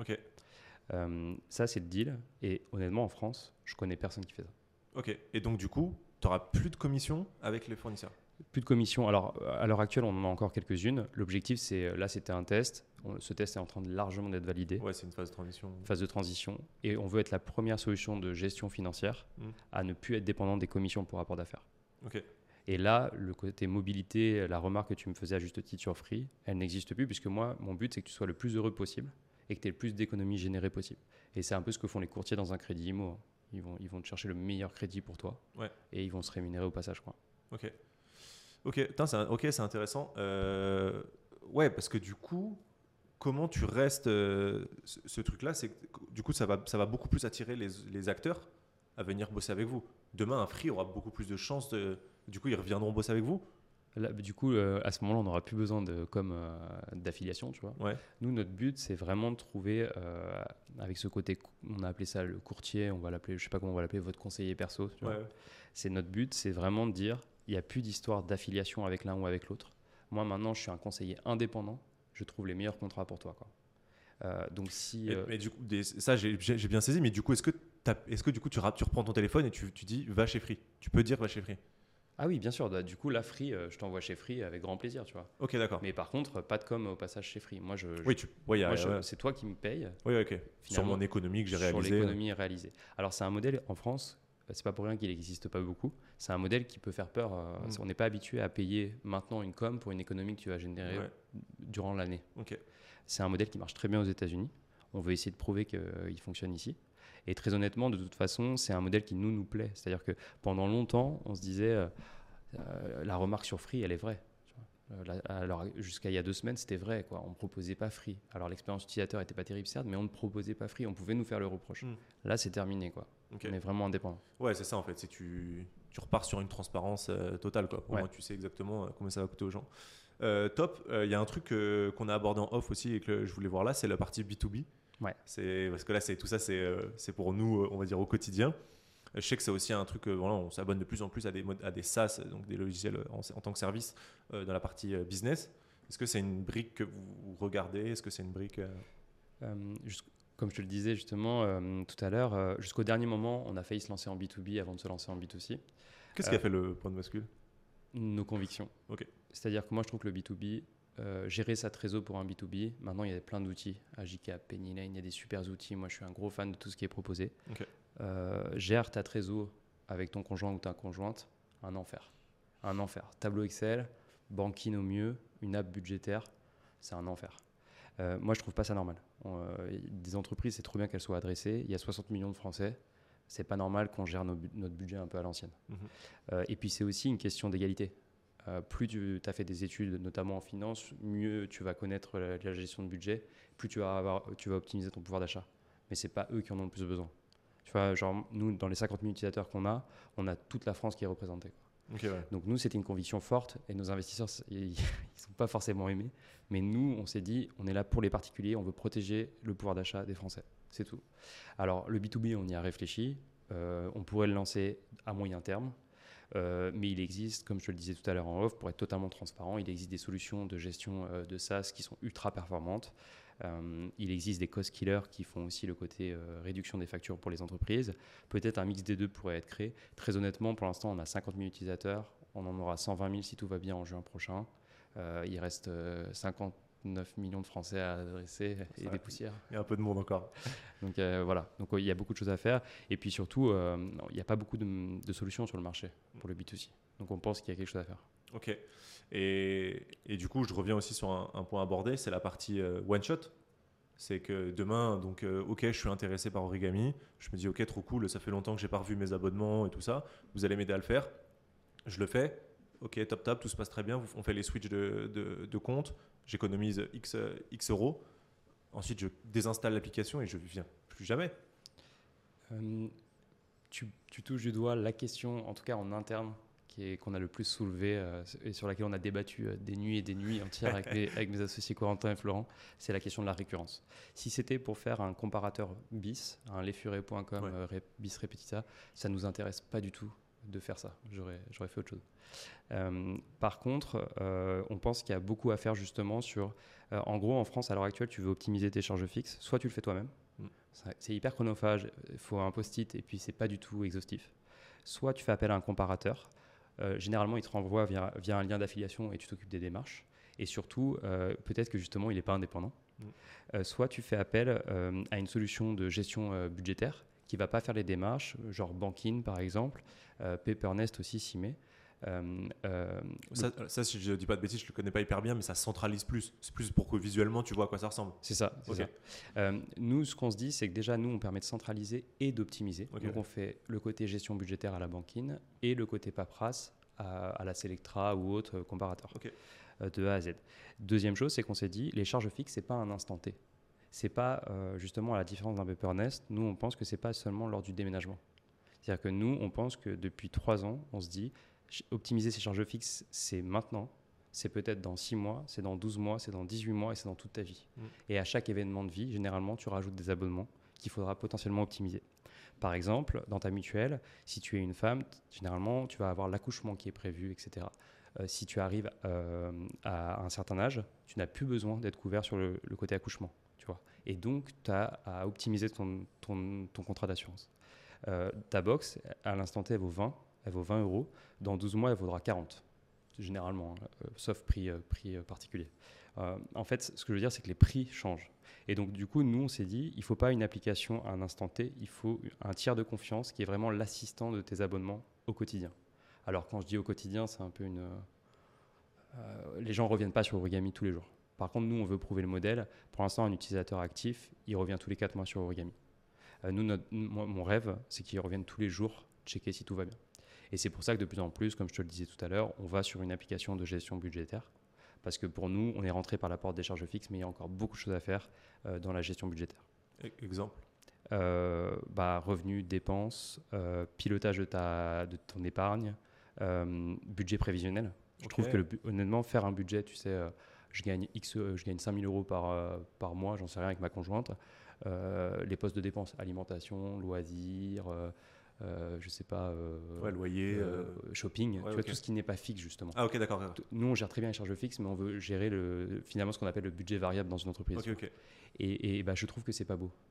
$1. Ça, c'est le deal. Et honnêtement, en France, je connais personne qui fait ça. Et donc, du coup, tu n'auras plus de commission avec les fournisseurs? Plus de commission. Alors, à l'heure actuelle, on en a encore quelques-unes. L'objectif, là, c'était un test. Ce test est en train de largement d'être validé. C'est une phase de transition. Phase de transition. Et on veut être la première solution de gestion financière à ne plus être dépendant des commissions pour rapport d'affaires. Et là, le côté mobilité, la remarque que tu me faisais à juste titre sur Free, elle n'existe plus puisque moi, mon but, c'est que tu sois le plus heureux possible et que tu aies le plus d'économies générées possible. Et c'est un peu ce que font les courtiers dans un crédit IMO. Ils vont te chercher le meilleur crédit pour toi et ils vont se rémunérer au passage, quoi. C'est intéressant. Parce que du coup, comment tu restes ce truc-là, c'est que du coup, ça va beaucoup plus attirer les acteurs à venir bosser avec vous. Demain, un Free aura beaucoup plus de chances du coup, ils reviendront bosser avec vous. Là, du coup, à ce moment-là, on n'aura plus besoin d'affiliation, tu vois. Nous, notre but, c'est vraiment de trouver, avec ce côté, on a appelé ça le courtier, on va l'appeler, je sais pas comment on va l'appeler, votre conseiller perso. Tu vois. C'est notre but, c'est vraiment de dire, il n'y a plus d'histoire d'affiliation avec l'un ou avec l'autre. Moi, maintenant, je suis un conseiller indépendant, je trouve les meilleurs contrats pour toi, quoi. Donc si. Mais du coup, ça, j'ai bien saisi. Mais du coup, est-ce que du coup, tu reprends ton téléphone et tu dis, va chez Free. Tu peux dire, va chez Free. Ah oui, bien sûr. Du coup, là, Free, je t'envoie chez Free avec grand plaisir, tu vois. D'accord. Mais par contre, pas de com au passage chez Free. Moi, c'est toi qui me payes. Sur mon économie que j'ai réalisée. Sur l'économie réalisée. Alors, c'est un modèle en France. C'est pas pour rien qu'il n'existe pas beaucoup. C'est un modèle qui peut faire peur. On n'est pas habitué à payer maintenant une com pour une économie que tu vas générer durant l'année. C'est un modèle qui marche très bien aux États-Unis. On veut essayer de prouver qu'il fonctionne ici. Et très honnêtement, de toute façon, c'est un modèle qui nous plaît. C'est-à-dire que pendant longtemps, on se disait la remarque sur Free, elle est vraie. Alors, jusqu'à il y a 2 semaines, c'était vrai, quoi. On ne proposait pas Free. Alors, l'expérience utilisateur n'était pas terrible, certes, mais on ne proposait pas Free. On pouvait nous faire le reproche. Là, c'est terminé, quoi. Ok. On est vraiment indépendant. Ouais, c'est ça en fait. C'est tu repars sur une transparence totale, quoi. Au Ouais. moins, tu sais exactement combien ça va coûter aux gens. Top. Il y a un truc qu'on a abordé en off aussi et que je voulais voir là, c'est la partie B2B. Ouais. Parce que là, tout ça, c'est pour nous, on va dire, au quotidien. Je sais que c'est aussi un truc, voilà, on s'abonne de plus en plus à des SaaS, donc des logiciels en tant que service dans la partie business. Est-ce que c'est une brique que vous regardez? Est-ce que c'est une brique Comme je te le disais justement tout à l'heure, jusqu'au dernier moment, on a failli se lancer en B2B avant de se lancer en B2C. Qu'est-ce qui a fait le point de bascule? Nos convictions. Ok. C'est-à-dire que moi, je trouve que le B2B, gérer sa trésor pour un B2B, maintenant, il y a plein d'outils. Agicap, Pennylane, il y a des super outils. Moi, je suis un gros fan de tout ce qui est proposé. Ok. Gère ta trésor avec ton conjoint ou ta conjointe, un enfer. Un enfer. Tableau Excel, banking au mieux, une app budgétaire, c'est un enfer. Moi, je trouve pas ça normal. Des entreprises, c'est trop bien qu'elles soient adressées. Il y a 60 millions de Français. C'est pas normal qu'on gère notre budget un peu à l'ancienne. Et puis, c'est aussi une question d'égalité. Plus tu as fait des études, notamment en finance, mieux tu vas connaître la gestion de budget, plus tu vas optimiser ton pouvoir d'achat. Mais c'est pas eux qui en ont le plus besoin. Tu vois, genre, nous, dans les 50 000 utilisateurs qu'on a, on a toute la France qui est représentée, quoi. Okay, ouais. Donc nous, c'était une conviction forte et nos investisseurs, ils ne sont pas forcément aimés. Mais nous, on s'est dit, on est là pour les particuliers, on veut protéger le pouvoir d'achat des Français. C'est tout. Alors le B2B, on y a réfléchi. On pourrait le lancer à moyen terme. Mais il existe, comme je te le disais tout à l'heure en off, pour être totalement transparent, il existe des solutions de gestion de SaaS qui sont ultra performantes. Il existe des cost killers qui font aussi le côté réduction des factures pour les entreprises. Peut-être un mix des deux pourrait être créé. Très honnêtement, pour l'instant, on a 50 000 utilisateurs. On en aura 120 000 si tout va bien en juin prochain. Il reste 59 millions de Français à adresser et des poussières. Il y a un peu de monde encore. Donc voilà, donc il y a beaucoup de choses à faire. Et puis surtout, il n'y a pas beaucoup de solutions sur le marché pour le B2C. Donc on pense qu'il y a quelque chose à faire. Ok. Et du coup, je reviens aussi sur un point abordé, c'est la partie one shot. C'est que demain, donc, ok, je suis intéressé par Origami. Je me dis, ok, trop cool, ça fait longtemps que j'ai pas revu mes abonnements et tout ça. Vous allez m'aider à le faire. Je le fais. Ok, top, top, tout se passe très bien. On fait les switches de compte. J'économise X euros. Ensuite, je désinstalle l'application et je ne viens plus jamais. Tu touches du doigt la question, en tout cas en interne, qu'on a le plus soulevé et sur laquelle on a débattu des nuits et des nuits entières avec mes associés Corentin et Florent, c'est la question de la récurrence. Si c'était pour faire un comparateur BIS, un lesfurets.com, BIS Repetita, ça ne nous intéresse pas du tout de faire ça. J'aurais fait autre chose. Par contre, on pense qu'il y a beaucoup à faire justement sur... en gros, en France, à l'heure actuelle, tu veux optimiser tes charges fixes, soit tu le fais toi-même, c'est hyper chronophage, il faut un post-it et puis c'est pas du tout exhaustif. Soit tu fais appel à un comparateur. Généralement, il te renvoie via un lien d'affiliation et tu t'occupes des démarches. Et surtout, peut-être que justement, il n'est pas indépendant. Soit tu fais appel à une solution de gestion budgétaire qui ne va pas faire les démarches, genre Bankin par exemple, Paper.Nest aussi s'y met. Ça, si je ne dis pas de bêtises, je ne le connais pas hyper bien, mais ça centralise plus. C'est plus pour que visuellement, tu vois à quoi ça ressemble. C'est ça. Okay. Ça. Nous, ce qu'on se dit, c'est que déjà, nous, on permet de centraliser et d'optimiser. Okay. Donc, on fait le côté gestion budgétaire à la Bankin et le côté paperasse à la Selectra ou autre comparateur, de A à Z. Deuxième chose, c'est qu'on s'est dit, les charges fixes, ce n'est pas un instant T. Ce n'est pas, justement, à la différence d'un Paper.Nest, nous, on pense que ce n'est pas seulement lors du déménagement. C'est-à-dire que nous, on pense que depuis 3 ans, on se dit, optimiser ses charges fixes, c'est maintenant, c'est peut-être dans 6 mois, c'est dans 12 mois, c'est dans 18 mois et c'est dans toute ta vie. Et à chaque événement de vie, généralement, tu rajoutes des abonnements qu'il faudra potentiellement optimiser. Par exemple, dans ta mutuelle, si tu es une femme, généralement, tu vas avoir l'accouchement qui est prévu, etc. Si tu arrives à un certain âge, tu n'as plus besoin d'être couvert sur le côté accouchement. Tu vois. Et donc, tu as à optimiser ton contrat d'assurance. Ta box, à l'instant T, elle vaut 20 euros. Dans 12 mois, elle vaudra 40, généralement, sauf prix particulier. En fait, ce que je veux dire, c'est que les prix changent. Et donc, du coup, nous, on s'est dit, il ne faut pas une application à un instant T, il faut un tiers de confiance qui est vraiment l'assistant de tes abonnements au quotidien. Alors, quand je dis au quotidien, c'est un peu une... les gens ne reviennent pas sur Origami tous les jours. Par contre, nous, on veut prouver le modèle. Pour l'instant, un utilisateur actif, il revient tous les 4 mois sur Origami. Nous, mon rêve, c'est qu'il revienne tous les jours, checker si tout va bien. Et c'est pour ça que de plus en plus, comme je te le disais tout à l'heure, on va sur une application de gestion budgétaire. Parce que pour nous, on est rentré par la porte des charges fixes, mais il y a encore beaucoup de choses à faire dans la gestion budgétaire. Exemple revenus, dépenses, pilotage de ton épargne, budget prévisionnel. Je trouve que honnêtement, faire un budget, tu sais, je gagne 5 000 euros par mois, j'en sais rien avec ma conjointe. Les postes de dépenses, alimentation, loisirs, je sais pas, loyer, shopping, tu vois, tout ce qui n'est pas fixe justement. Ah ok, d'accord. Nous, on gère très bien les charges fixes, mais on veut gérer finalement ce qu'on appelle le budget variable dans une entreprise. Ok. Et je trouve que c'est pas beau.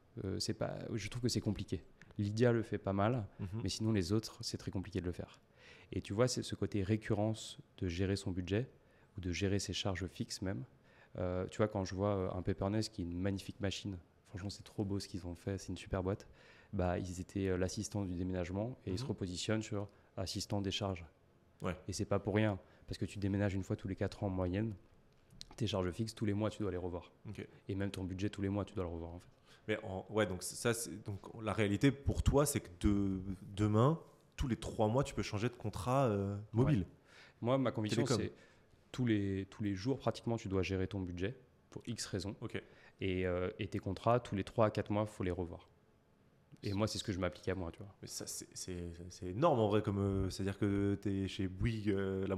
Je trouve que c'est compliqué. Lydia le fait pas mal, mais sinon les autres, c'est très compliqué de le faire. Et tu vois, c'est ce côté récurrence de gérer son budget ou de gérer ses charges fixes même. Tu vois, quand je vois un Peppernest qui est une magnifique machine, franchement, c'est trop beau ce qu'ils ont fait, c'est une super boîte. Ils étaient l'assistant du déménagement et ils se repositionnent sur assistant des charges. Ouais. Et c'est pas pour rien, parce que tu déménages une fois tous les 4 ans en moyenne. Tes charges fixes, tous les mois, tu dois les revoir. Okay. Et même ton budget, tous les mois, tu dois le revoir en fait. Mais donc la réalité pour toi, c'est que demain, tous les 3 mois, tu peux changer de contrat mobile. Ouais. Moi, ma conviction, Télécom. c'est tous les jours, pratiquement, tu dois gérer ton budget pour X raisons. Ok. Et tes contrats, tous les 3 à 4 mois, il faut les revoir. Et moi, c'est ce que je m'applique à moi, tu vois. Mais ça, c'est énorme en vrai. C'est-à-dire que tu es chez Bouygues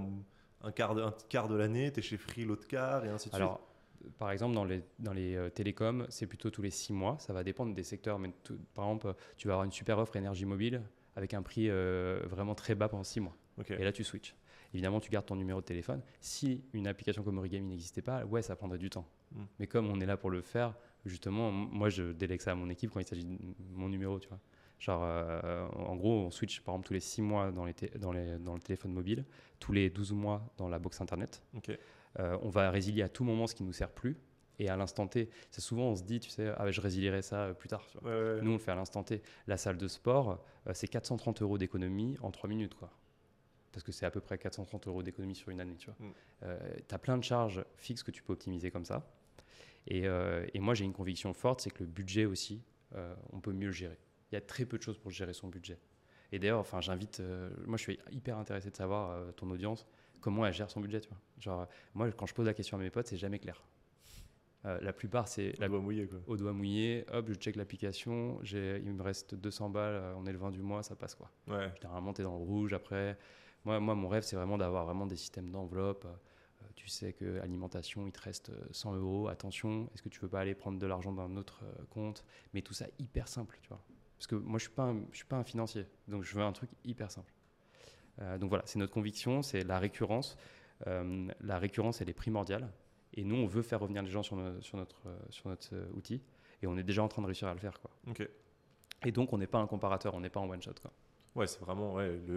un quart de l'année, tu es chez Free l'autre quart, et ainsi de suite. Alors, par exemple, dans les télécoms, c'est plutôt tous les 6 mois. Ça va dépendre des secteurs. Mais par exemple, tu vas avoir une super offre énergie mobile avec un prix vraiment très bas pendant 6 mois. Okay. Et là, tu switches. Évidemment, tu gardes ton numéro de téléphone. Si une application comme Origami n'existait pas, ouais, ça prendrait du temps. Mais comme on est là pour le faire, justement, moi, je délègue ça à mon équipe quand il s'agit de mon numéro, tu vois. Genre, en gros, on switch par exemple tous les 6 mois dans le téléphone mobile, tous les 12 mois dans la box internet. Okay. On va résilier à tout moment ce qui ne nous sert plus. Et à l'instant T, c'est souvent on se dit, tu sais, je résilierai ça plus tard. Tu vois. Ouais. Nous, on le fait à l'instant T. La salle de sport, c'est 430 € d'économie en 3 minutes, quoi. Parce que c'est à peu près 430 € d'économie sur une année, tu vois. Tu as plein de charges fixes que tu peux optimiser comme ça. Et moi, j'ai une conviction forte, c'est que le budget aussi, on peut mieux le gérer. Il y a très peu de choses pour gérer son budget. Et d'ailleurs, j'invite, moi je suis hyper intéressé de savoir, ton audience, comment elle gère son budget. Tu vois. Genre, moi, quand je pose la question à mes potes, c'est jamais clair. La plupart, c'est au doigt mouillé, quoi. Au doigt mouillé, hop, je check l'application, il me reste 200 balles, on est le 20 du mois, ça passe quoi. Ouais. Généralement, tu es dans le rouge après. Moi, mon rêve, c'est vraiment d'avoir vraiment des systèmes d'enveloppe. Tu sais que alimentation, il te reste 100 €. Attention, est-ce que tu veux pas aller prendre de l'argent d'un autre compte? Mais tout ça hyper simple, tu vois. Parce que moi, je suis pas un financier, donc je veux un truc hyper simple. Donc voilà, c'est notre conviction, c'est la récurrence. La récurrence, elle est primordiale. Et nous, on veut faire revenir les gens sur notre outil. Et on est déjà en train de réussir à le faire, quoi. Okay. Et donc, on n'est pas un comparateur, on n'est pas en one-shot, quoi. Ouais, c'est vraiment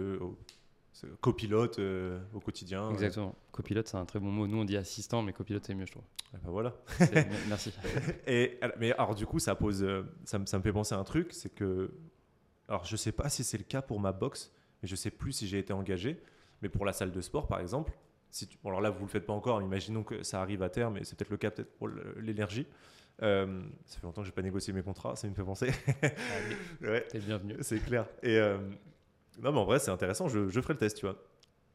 c'est copilote au quotidien. Exactement. Copilote, c'est un très bon mot. Nous, on dit assistant, mais copilote, c'est mieux, je trouve. Et ben voilà. Merci. Mais alors, du coup, ça me fait penser à un truc, c'est que, alors, je sais pas si c'est le cas pour ma box, mais je sais plus si j'ai été engagé. Mais pour la salle de sport, par exemple, bon, alors là, vous le faites pas encore. Imaginons que ça arrive à terme, et c'est peut-être le cas pour l'énergie. Ça fait longtemps que j'ai pas négocié mes contrats, ça me fait penser. Ouais, t'es le bienvenu. C'est clair. Et non, mais en vrai, c'est intéressant. Je ferai le test, tu vois.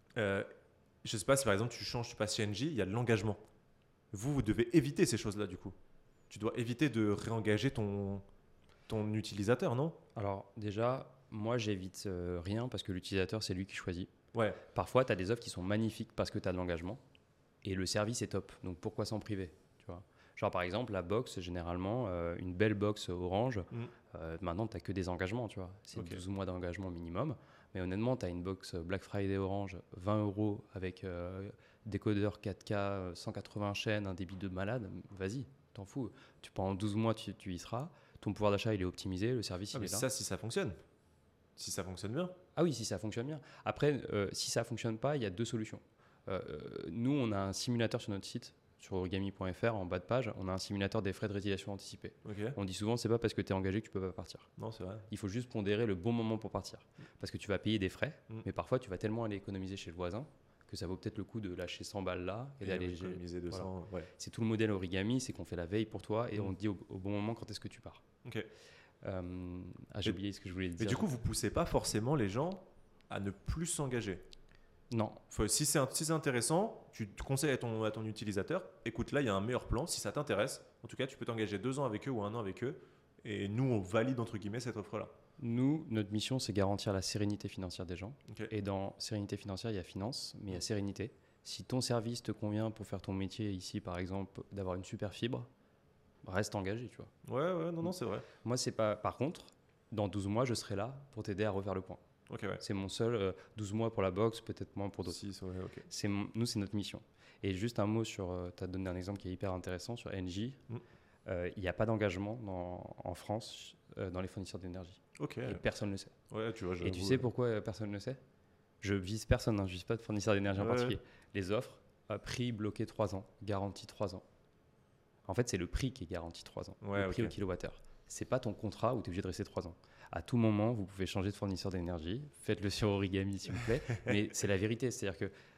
Je sais pas si par exemple tu passes chez Engie, il y a de l'engagement. Vous devez éviter ces choses-là, du coup. Tu dois éviter de réengager ton utilisateur, non? Alors déjà, moi, j'évite rien parce que l'utilisateur, c'est lui qui choisit. Ouais. Parfois, tu as des offres qui sont magnifiques parce que tu as de l'engagement et le service est top. Donc, pourquoi s'en priver, tu vois? Genre, par exemple, la box, généralement, une belle box Orange, maintenant, tu n'as que des engagements, tu vois. C'est 12 mois d'engagement minimum. Mais honnêtement, tu as une box Black Friday Orange, 20 € avec décodeur 4K, 180 chaînes, un débit de malade. Vas-y, t'en fous. Pendant 12 mois, tu y seras. Ton pouvoir d'achat, il est optimisé. Le service, il est là. Ça, si ça fonctionne. Si ça fonctionne bien. Ah oui, si ça fonctionne bien. Après, si ça ne fonctionne pas, il y a 2 solutions. Nous, on a un simulateur sur notre site, sur origami.fr, en bas de page, on a un simulateur des frais de résiliation anticipés. Okay. On dit souvent, c'est pas parce que tu es engagé que tu peux pas partir. Non, c'est vrai. Il faut juste pondérer le bon moment pour partir. Parce que tu vas payer des frais, mais parfois tu vas tellement aller économiser chez le voisin que ça vaut peut-être le coup de lâcher 100 balles là et d'aller économiser 200. Voilà. Ouais. C'est tout le modèle Origami, c'est qu'on fait la veille pour toi et on te dit au bon moment quand est-ce que tu pars. Ok. J'ai oublié ce que je voulais dire. Mais du coup, vous poussez pas forcément les gens à ne plus s'engager. Non. Si c'est intéressant, tu conseilles à ton utilisateur, écoute, là, il y a un meilleur plan. Si ça t'intéresse, en tout cas, tu peux t'engager 2 ans avec eux ou 1 an avec eux Et nous, on valide entre guillemets cette offre-là. Nous, notre mission, c'est garantir la sérénité financière des gens. Ok. Et dans sérénité financière, il y a finance, mais il y a sérénité. Si ton service te convient pour faire ton métier ici, par exemple, d'avoir une super fibre, reste engagé, tu vois. Ouais, non, c'est vrai. Moi, c'est pas. Par contre, dans 12 mois, je serai là pour t'aider à refaire le point. Ok, ouais. C'est mon seul 12 mois pour la boxe, peut-être moins pour d'autres. 6, ouais, ok. Nous, c'est notre mission. Et juste un mot sur. Tu as donné un exemple qui est hyper intéressant sur Engie. Il n'y a pas d'engagement en France dans les fournisseurs d'énergie. Ok. Et personne ne le sait. Ouais, tu vois, Et tu sais pourquoi personne ne le sait? Je vise personne, je vise pas de fournisseur d'énergie en particulier. Les offres, prix bloqué 3 ans, garantie 3 ans. En fait, c'est le prix qui est garanti 3 ans. Le prix au kilowattheure. C'est pas ton contrat où tu es obligé de rester 3 ans. À tout moment, vous pouvez changer de fournisseur d'énergie. Faites-le sur Origami, s'il vous plaît. Mais c'est la vérité. C'est-à-dire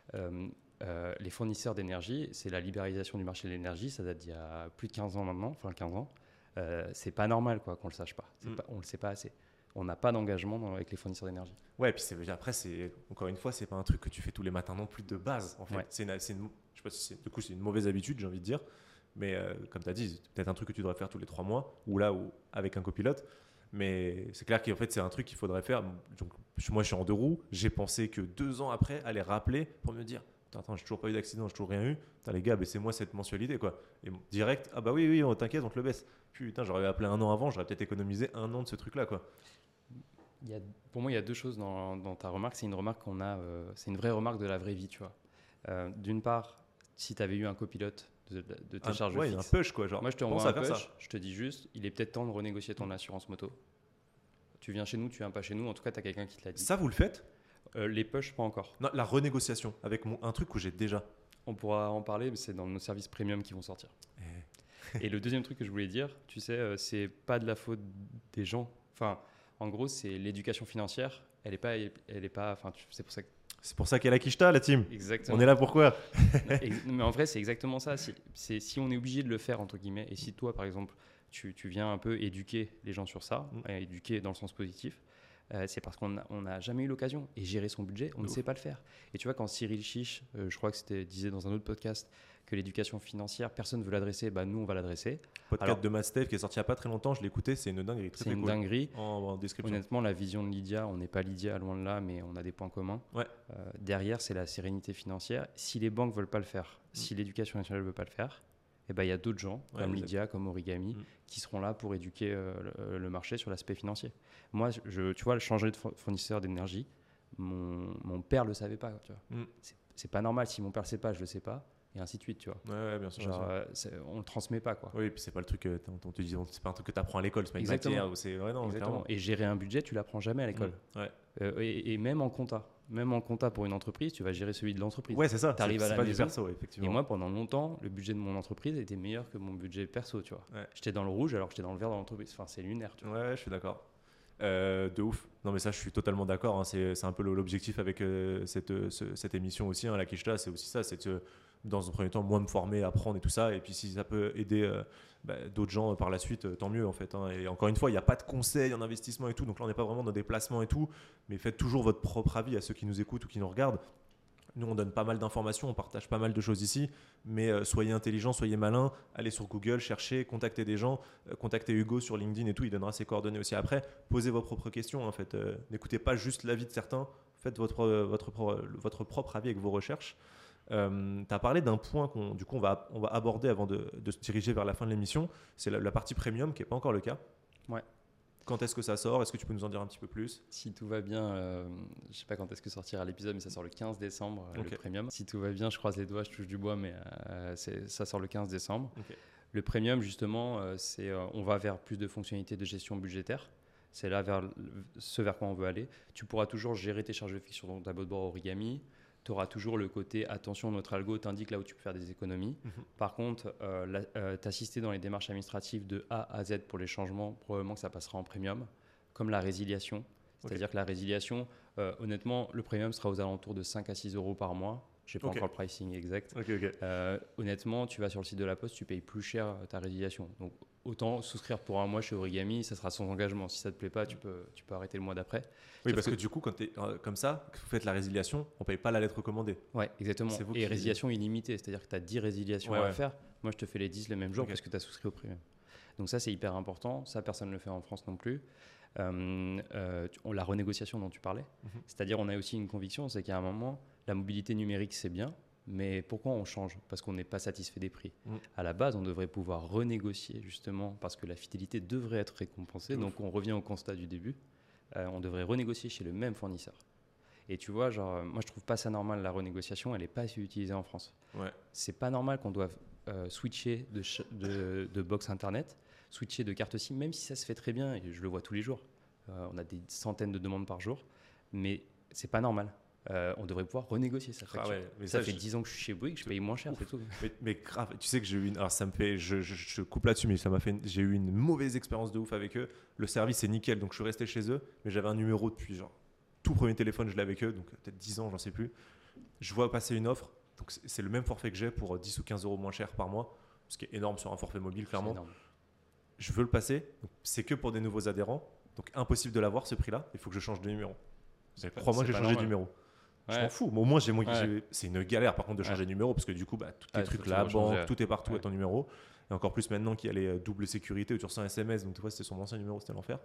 que les fournisseurs d'énergie, c'est la libéralisation du marché de l'énergie. Ça date d'il y a plus de 15 ans maintenant, enfin 15 ans. C'est pas normal qu'on le sache pas. On le sait pas assez. On n'a pas d'engagement avec les fournisseurs d'énergie. Ouais, et puis après, encore une fois, c'est pas un truc que tu fais tous les matins non plus de base. En fait, Ouais. je sais pas si c'est une mauvaise habitude, j'ai envie de dire. Mais comme tu as dit, c'est peut-être un truc que tu devrais faire tous les 3 mois ou avec un copilote. Mais c'est clair qu'en fait, c'est un truc qu'il faudrait faire. Donc, moi, je suis en 2 roues. J'ai pensé que 2 ans après, aller rappeler pour me dire attends, j'ai toujours pas eu d'accident, j'ai toujours rien eu. Putain, les gars, baissez-moi cette mensualité, quoi. Et direct, ah bah oui, t'inquiète, on te le baisse. Putain, j'aurais appelé 1 an avant, j'aurais peut-être économisé 1 an de ce truc-là, quoi. Pour moi, il y a 2 choses dans ta remarque. C'est une remarque c'est une vraie remarque de la vraie vie, tu vois. D'une part, si tu avais eu un copilote de tes charges fixes. Ouais, un push, quoi. Genre, moi, je te envoie un push, je te dis juste, il est peut-être temps de renégocier ton assurance moto. Tu viens chez nous, tu viens pas chez nous, en tout cas, tu as quelqu'un qui te l'a dit. Ça, vous le faites? Les push, pas encore. Non, la renégociation, avec un truc que j'ai déjà. On pourra en parler, mais c'est dans nos services premium qui vont sortir. Et le deuxième truc que je voulais dire, tu sais, c'est pas de la faute des gens. Enfin, en gros, c'est l'éducation financière. Elle est pas. Enfin, c'est pour ça qu'elle a Kishta, la team. Exactement. On est là pourquoi? Mais en vrai, c'est exactement ça. Si on est obligé de le faire, entre guillemets, et si toi, par exemple, tu viens un peu éduquer les gens sur ça, éduquer dans le sens positif, c'est parce qu'on n'a jamais eu l'occasion. Et gérer son budget, on ne sait pas le faire. Et tu vois, quand Cyril Chiche, je crois que disait dans un autre podcast, que l'éducation financière, personne ne veut l'adresser, bah nous on va l'adresser. Podcast de Mastef qui est sorti il n'y a pas très longtemps, je l'ai écouté, c'est une dinguerie. C'est une dinguerie. En description. Honnêtement, la vision de Lydia, on n'est pas Lydia loin de là, mais on a des points communs. Ouais. Derrière, c'est la sérénité financière. Si les banques ne veulent pas le faire, si l'éducation nationale ne veut pas le faire, il y a d'autres gens, comme Lydia, comme Origami, qui seront là pour éduquer le marché sur l'aspect financier. Moi, tu vois, changer de fournisseur d'énergie, mon père ne le savait pas. Tu vois. C'est pas normal. Si mon père ne le sait pas, je ne le sais pas. Et ainsi de suite, tu vois. Ouais, bien sûr. Genre, on le transmet pas, quoi. Oui, et puis c'est pas le truc, on te dit, c'est pas un truc que tu apprends à l'école, c'est pas une Exactement. matière. Exactement. Clairement. Et gérer un budget, tu l'apprends jamais à l'école. Et même en compta. Même en compta pour une entreprise, tu vas gérer celui de l'entreprise. Ouais, c'est ça. T'arrives à la maison. Perso, effectivement. Et moi, pendant longtemps, le budget de mon entreprise était meilleur que mon budget perso, tu vois. Ouais. J'étais dans le rouge alors que j'étais dans le vert dans l'entreprise. Enfin, c'est lunaire, tu vois. Ouais, je suis d'accord. De ouf. Non, mais ça, je suis totalement d'accord. Hein. C'est un peu l'objectif avec cette émission aussi, hein, la Kishta, c'est aussi ça. C'est dans un premier temps, moi, me former, apprendre et tout ça. Et puis, si ça peut aider d'autres gens par la suite, tant mieux, en fait. Hein. Et encore une fois, il n'y a pas de conseils en investissement et tout. Donc là, on n'est pas vraiment dans des placements et tout. Mais faites toujours votre propre avis à ceux qui nous écoutent ou qui nous regardent. Nous, on donne pas mal d'informations, on partage pas mal de choses ici, mais soyez intelligents, soyez malins, allez sur Google, cherchez, contactez des gens, contactez Hugo sur LinkedIn et tout, il donnera ses coordonnées aussi après. Posez vos propres questions, en fait. N'écoutez pas juste l'avis de certains, faites votre propre avis avec vos recherches. Tu as parlé d'un point du coup on va aborder avant de se diriger vers la fin de l'émission, c'est la partie premium qui n'est pas encore le cas. Ouais. Quand est-ce que ça sort? Est-ce que tu peux nous en dire un petit peu plus? Si tout va bien, je ne sais pas quand est-ce que sortira l'épisode, mais ça sort le 15 décembre, le premium. Si tout va bien, je croise les doigts, je touche du bois, mais ça sort le 15 décembre. Okay. Le premium, justement, on va vers plus de fonctionnalités de gestion budgétaire. C'est là vers quoi on veut aller. Tu pourras toujours gérer tes charges fixes sur ton tableau de bord Origami. Tu auras toujours le côté attention, notre algo t'indique là où tu peux faire des économies. Par contre, t'assister dans les démarches administratives de A à Z pour les changements, probablement que ça passera en premium, comme la résiliation. C'est-à-dire que la résiliation, honnêtement, le premium sera aux alentours de 5 à 6 euros par mois. Je n'ai pas encore le pricing exact. Honnêtement, tu vas sur le site de la Poste, tu payes plus cher ta résiliation. Donc, autant souscrire pour un mois chez Origami, ça sera sans engagement. Si ça ne te plaît pas, tu peux arrêter le mois d'après. Oui, parce que du coup, quand tu es comme ça, que vous faites la résiliation, on ne paye pas la lettre recommandée. Oui, exactement. Et résiliation illimitée, c'est-à-dire que tu as 10 résiliations à faire. Moi, je te fais les 10 le même jour parce que tu as souscrit au premium. Donc ça, c'est hyper important. Ça, personne ne le fait en France non plus. La renégociation dont tu parlais, c'est-à-dire on a aussi une conviction, c'est qu'à un moment, la mobilité numérique, c'est bien, mais pourquoi on change? Parce qu'on n'est pas satisfait des prix. À la base, on devrait pouvoir renégocier justement parce que la fidélité devrait être récompensée. Donc on revient au constat du début. On devrait renégocier chez le même fournisseur. Et tu vois, genre, moi je trouve pas ça normal, la renégociation, elle n'est pas assez utilisée en France. Ouais. C'est pas normal qu'on doive switcher de box internet, switcher de carte SIM, même si ça se fait très bien, et je le vois tous les jours. On a des centaines de demandes par jour, mais c'est pas normal. On devrait pouvoir renégocier sa facture. Mais ça fait 10 ans que je suis chez Bouygues, je paye moins cher, c'est tout. Mais grave, tu sais que j'ai eu une... Alors ça me fait... Je coupe là-dessus, mais j'ai eu une mauvaise expérience de ouf avec eux. Le service est nickel, donc je suis resté chez eux, mais j'avais un numéro depuis genre tout premier téléphone, je l'ai avec eux, donc peut-être 10 ans, j'en sais plus. Je vois passer une offre, donc c'est le même forfait que j'ai pour 10 ou 15 euros moins cher par mois, ce qui est énorme sur un forfait mobile, clairement. Je veux le passer, c'est que pour des nouveaux adhérents, donc impossible de l'avoir ce prix-là, il faut que je change de numéro. Crois-moi que j'ai changé de numéro. Je m'en fous, mais au moins c'est une galère par contre de changer de numéro, parce que du coup, tous les trucs, la banque, tout est partout à ton numéro, et encore plus maintenant qu'il y a les doubles sécurité où tu reçois un SMS, donc tu vois, c'était son ancien numéro, c'était l'enfer.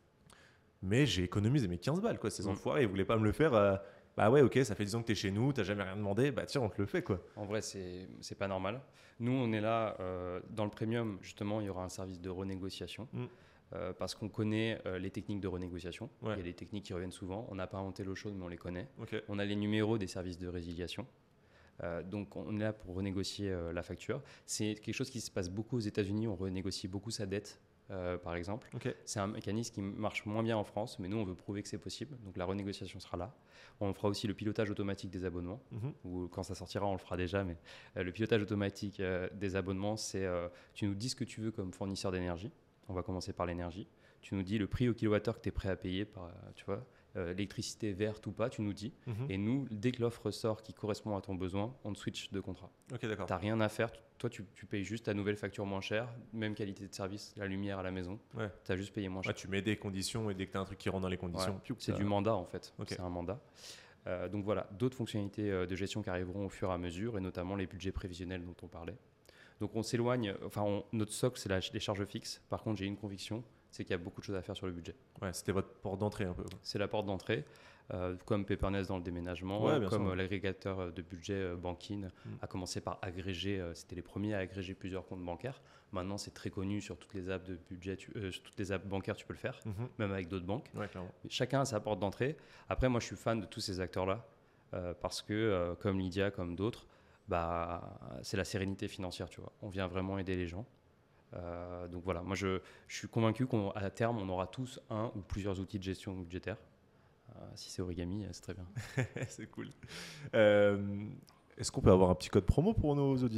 Mais j'ai économisé mes 15 balles, quoi. Ces enfoirés, ils voulaient pas me le faire. Bah ouais, ok, ça fait 10 ans que t'es chez nous, t'as jamais rien demandé, bah tiens, on te le fait, quoi. En vrai, c'est pas normal. Nous, on est là, dans le premium, justement, il y aura un service de renégociation. Parce qu'on connaît les techniques de renégociation. Il y a des techniques qui reviennent souvent. On n'a pas inventé l'eau chaude, mais on les connaît. On a les numéros des services de résiliation. Donc, on est là pour renégocier la facture. C'est quelque chose qui se passe beaucoup aux États-Unis. On renégocie beaucoup sa dette. Par exemple. C'est un mécanisme qui marche moins bien en France, mais nous, on veut prouver que c'est possible. Donc, la renégociation sera là. On fera aussi le pilotage automatique des abonnements, ou quand ça sortira, on le fera déjà, mais le pilotage automatique des abonnements, c'est tu nous dis ce que tu veux comme fournisseur d'énergie. On va commencer par l'énergie. Tu nous dis le prix au kilowattheure que tu es prêt à payer, tu vois, l'électricité verte ou pas, tu nous dis. Et nous, dès que l'offre sort qui correspond à ton besoin, on te switch de contrat. Tu n'as rien à faire. Toi, tu payes juste ta nouvelle facture moins chère, même qualité de service, la lumière à la maison. Tu as juste payé moins cher. Tu mets des conditions et dès que tu as un truc qui rentre dans les conditions, c'est du mandat en fait. C'est un mandat. Donc voilà, d'autres fonctionnalités de gestion qui arriveront au fur et à mesure, et notamment les budgets prévisionnels dont on parlait. Donc on s'éloigne, notre socle, c'est les charges fixes. Par contre, j'ai une conviction, c'est qu'il y a beaucoup de choses à faire sur le budget. C'était votre porte d'entrée un peu. C'est la porte d'entrée, comme Paperless dans le déménagement, comme l'agrégateur de budget Bankin a commencé par agréger, c'était les premiers à agréger plusieurs comptes bancaires. Maintenant, c'est très connu sur toutes les apps de budget, sur toutes les apps bancaires, tu peux le faire, même avec d'autres banques. Chacun a sa porte d'entrée. Après, moi, je suis fan de tous ces acteurs-là parce que, comme Lydia, comme d'autres, c'est la sérénité financière, tu vois. On vient vraiment aider les gens. Donc voilà, moi je suis convaincu qu'à terme, on aura tous un ou plusieurs outils de gestion budgétaire. Si c'est Origami, c'est très bien. C'est cool. Est-ce qu'on peut avoir un petit code promo pour nos auditeurs ?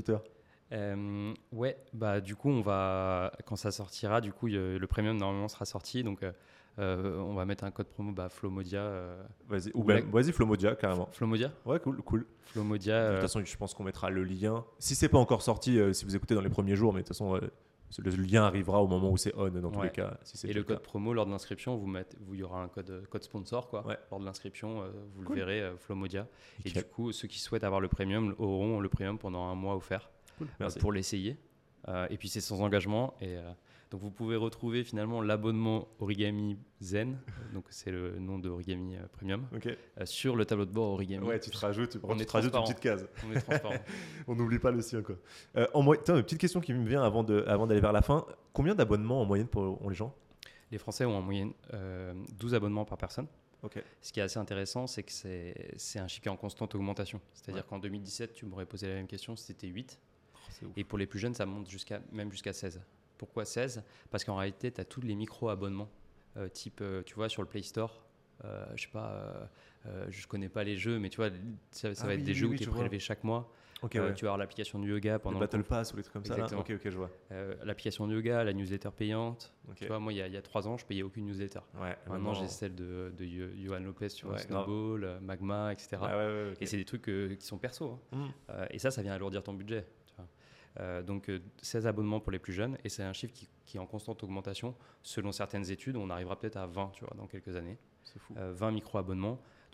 Du coup, quand ça sortira, du coup, le premium normalement sera sorti, donc on va mettre un code promo Flomodia. Vas-y, Flomodia, carrément. Flomodia ? Ouais, cool. Flomodia. De toute façon, je pense qu'on mettra le lien. Si c'est pas encore sorti, si vous écoutez dans les premiers jours, mais de toute façon, le lien arrivera au moment où c'est on, dans tous les cas. Si c'est et le code promo, lors de l'inscription, il y aura un code sponsor, quoi. Lors de l'inscription, vous le verrez, Flomodia. Et du coup, ceux qui souhaitent avoir le premium auront le premium pendant un mois offert pour l'essayer. Et puis, c'est sans engagement. Donc vous pouvez retrouver finalement l'abonnement Origami Zen, donc c'est le nom de Origami Premium, sur le tableau de bord Origami. Ouais, tu te rajoutes une petite case. On est transparent. On n'oublie pas le sien, quoi. Une petite question qui me vient avant d'aller vers la fin. Combien d'abonnements en moyenne ont les gens ? Les Français ont en moyenne 12 abonnements par personne. Ce qui est assez intéressant, c'est que c'est un chiffre qui est en constante augmentation. C'est-à-dire qu'en 2017, tu m'aurais posé la même question, c'était 8. Et pour les plus jeunes, ça monte même jusqu'à 16. Pourquoi 16 ? Parce qu'en réalité, tu as tous les micro-abonnements, type, tu vois, sur le Play Store, je sais pas, je connais pas les jeux, mais tu vois, ça va être des jeux où tu es prélevé chaque mois. Tu vas avoir l'application de yoga pendant le Battle Pass ou les trucs comme ça. Ok, je vois. L'application de yoga, la newsletter payante. Tu vois, moi, il y a 3 ans, je payais aucune newsletter. Maintenant, j'ai celle de Johan Lopez, tu vois, Snowball, Magma, etc. Et c'est des trucs qui sont perso. Et ça vient alourdir ton budget. Donc 16 abonnements pour les plus jeunes, et c'est un chiffre qui est en constante augmentation. Selon certaines études, on arrivera peut-être à 20, tu vois, dans quelques années. C'est fou. 20 micro-abonnements.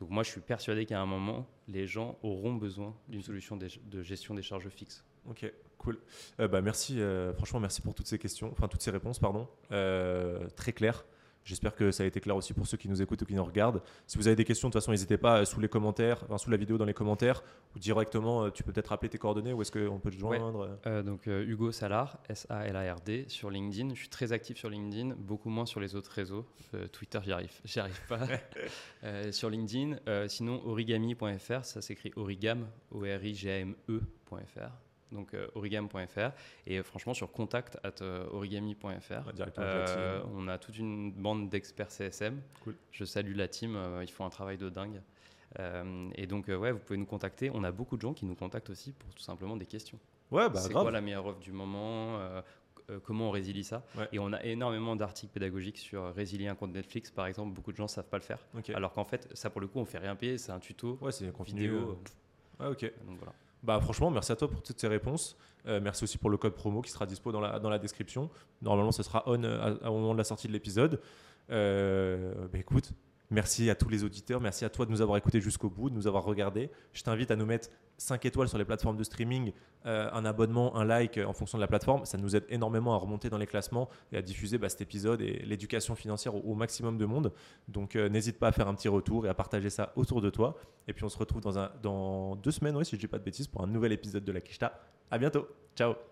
Donc moi, je suis persuadé qu'à un moment, les gens auront besoin d'une solution de gestion des charges fixes. Ok, cool. Merci, franchement, merci pour toutes ces questions, enfin toutes ces réponses, pardon. Très claires. J'espère que ça a été clair aussi pour ceux qui nous écoutent ou qui nous regardent. Si vous avez des questions, de toute façon, n'hésitez pas sous les commentaires, sous la vidéo dans les commentaires, ou directement, tu peux peut-être rappeler tes coordonnées, où est-ce qu'on peut te joindre? Donc Hugo Salard, S-A-L-A-R-D, sur LinkedIn. Je suis très actif sur LinkedIn, beaucoup moins sur les autres réseaux. Twitter, j'y arrive pas. Sur LinkedIn, sinon origami.fr, ça s'écrit origam, O-R-I-G-A-M-E.fr. Donc origam.fr, et franchement sur contact@origami.fr. On a toute une bande d'experts CSM. Cool. Je salue la team, ils font un travail de dingue. Et donc vous pouvez nous contacter. On a beaucoup de gens qui nous contactent aussi pour tout simplement des questions. C'est grave. quoi la meilleure offre du moment, comment on résilie ça. Et on a énormément d'articles pédagogiques sur résilier un compte Netflix par exemple. Beaucoup de gens ne savent pas le faire, alors qu'en fait ça pour le coup on fait rien payer, c'est un tuto, c'est une vidéo. Ok. Donc voilà. Franchement, merci à toi pour toutes ces réponses. Merci aussi pour le code promo qui sera dispo dans la description. Normalement, ce sera on au moment de la sortie de l'épisode. Écoute, merci à tous les auditeurs. Merci à toi de nous avoir écoutés jusqu'au bout, de nous avoir regardés. Je t'invite à nous mettre 5 étoiles sur les plateformes de streaming, un abonnement, un like en fonction de la plateforme. Ça nous aide énormément à remonter dans les classements et à diffuser cet épisode et l'éducation financière au maximum de monde. Donc, n'hésite pas à faire un petit retour et à partager ça autour de toi. Et puis, on se retrouve dans 2 semaines, si je ne dis pas de bêtises, pour un nouvel épisode de La Quicheta. À bientôt. Ciao.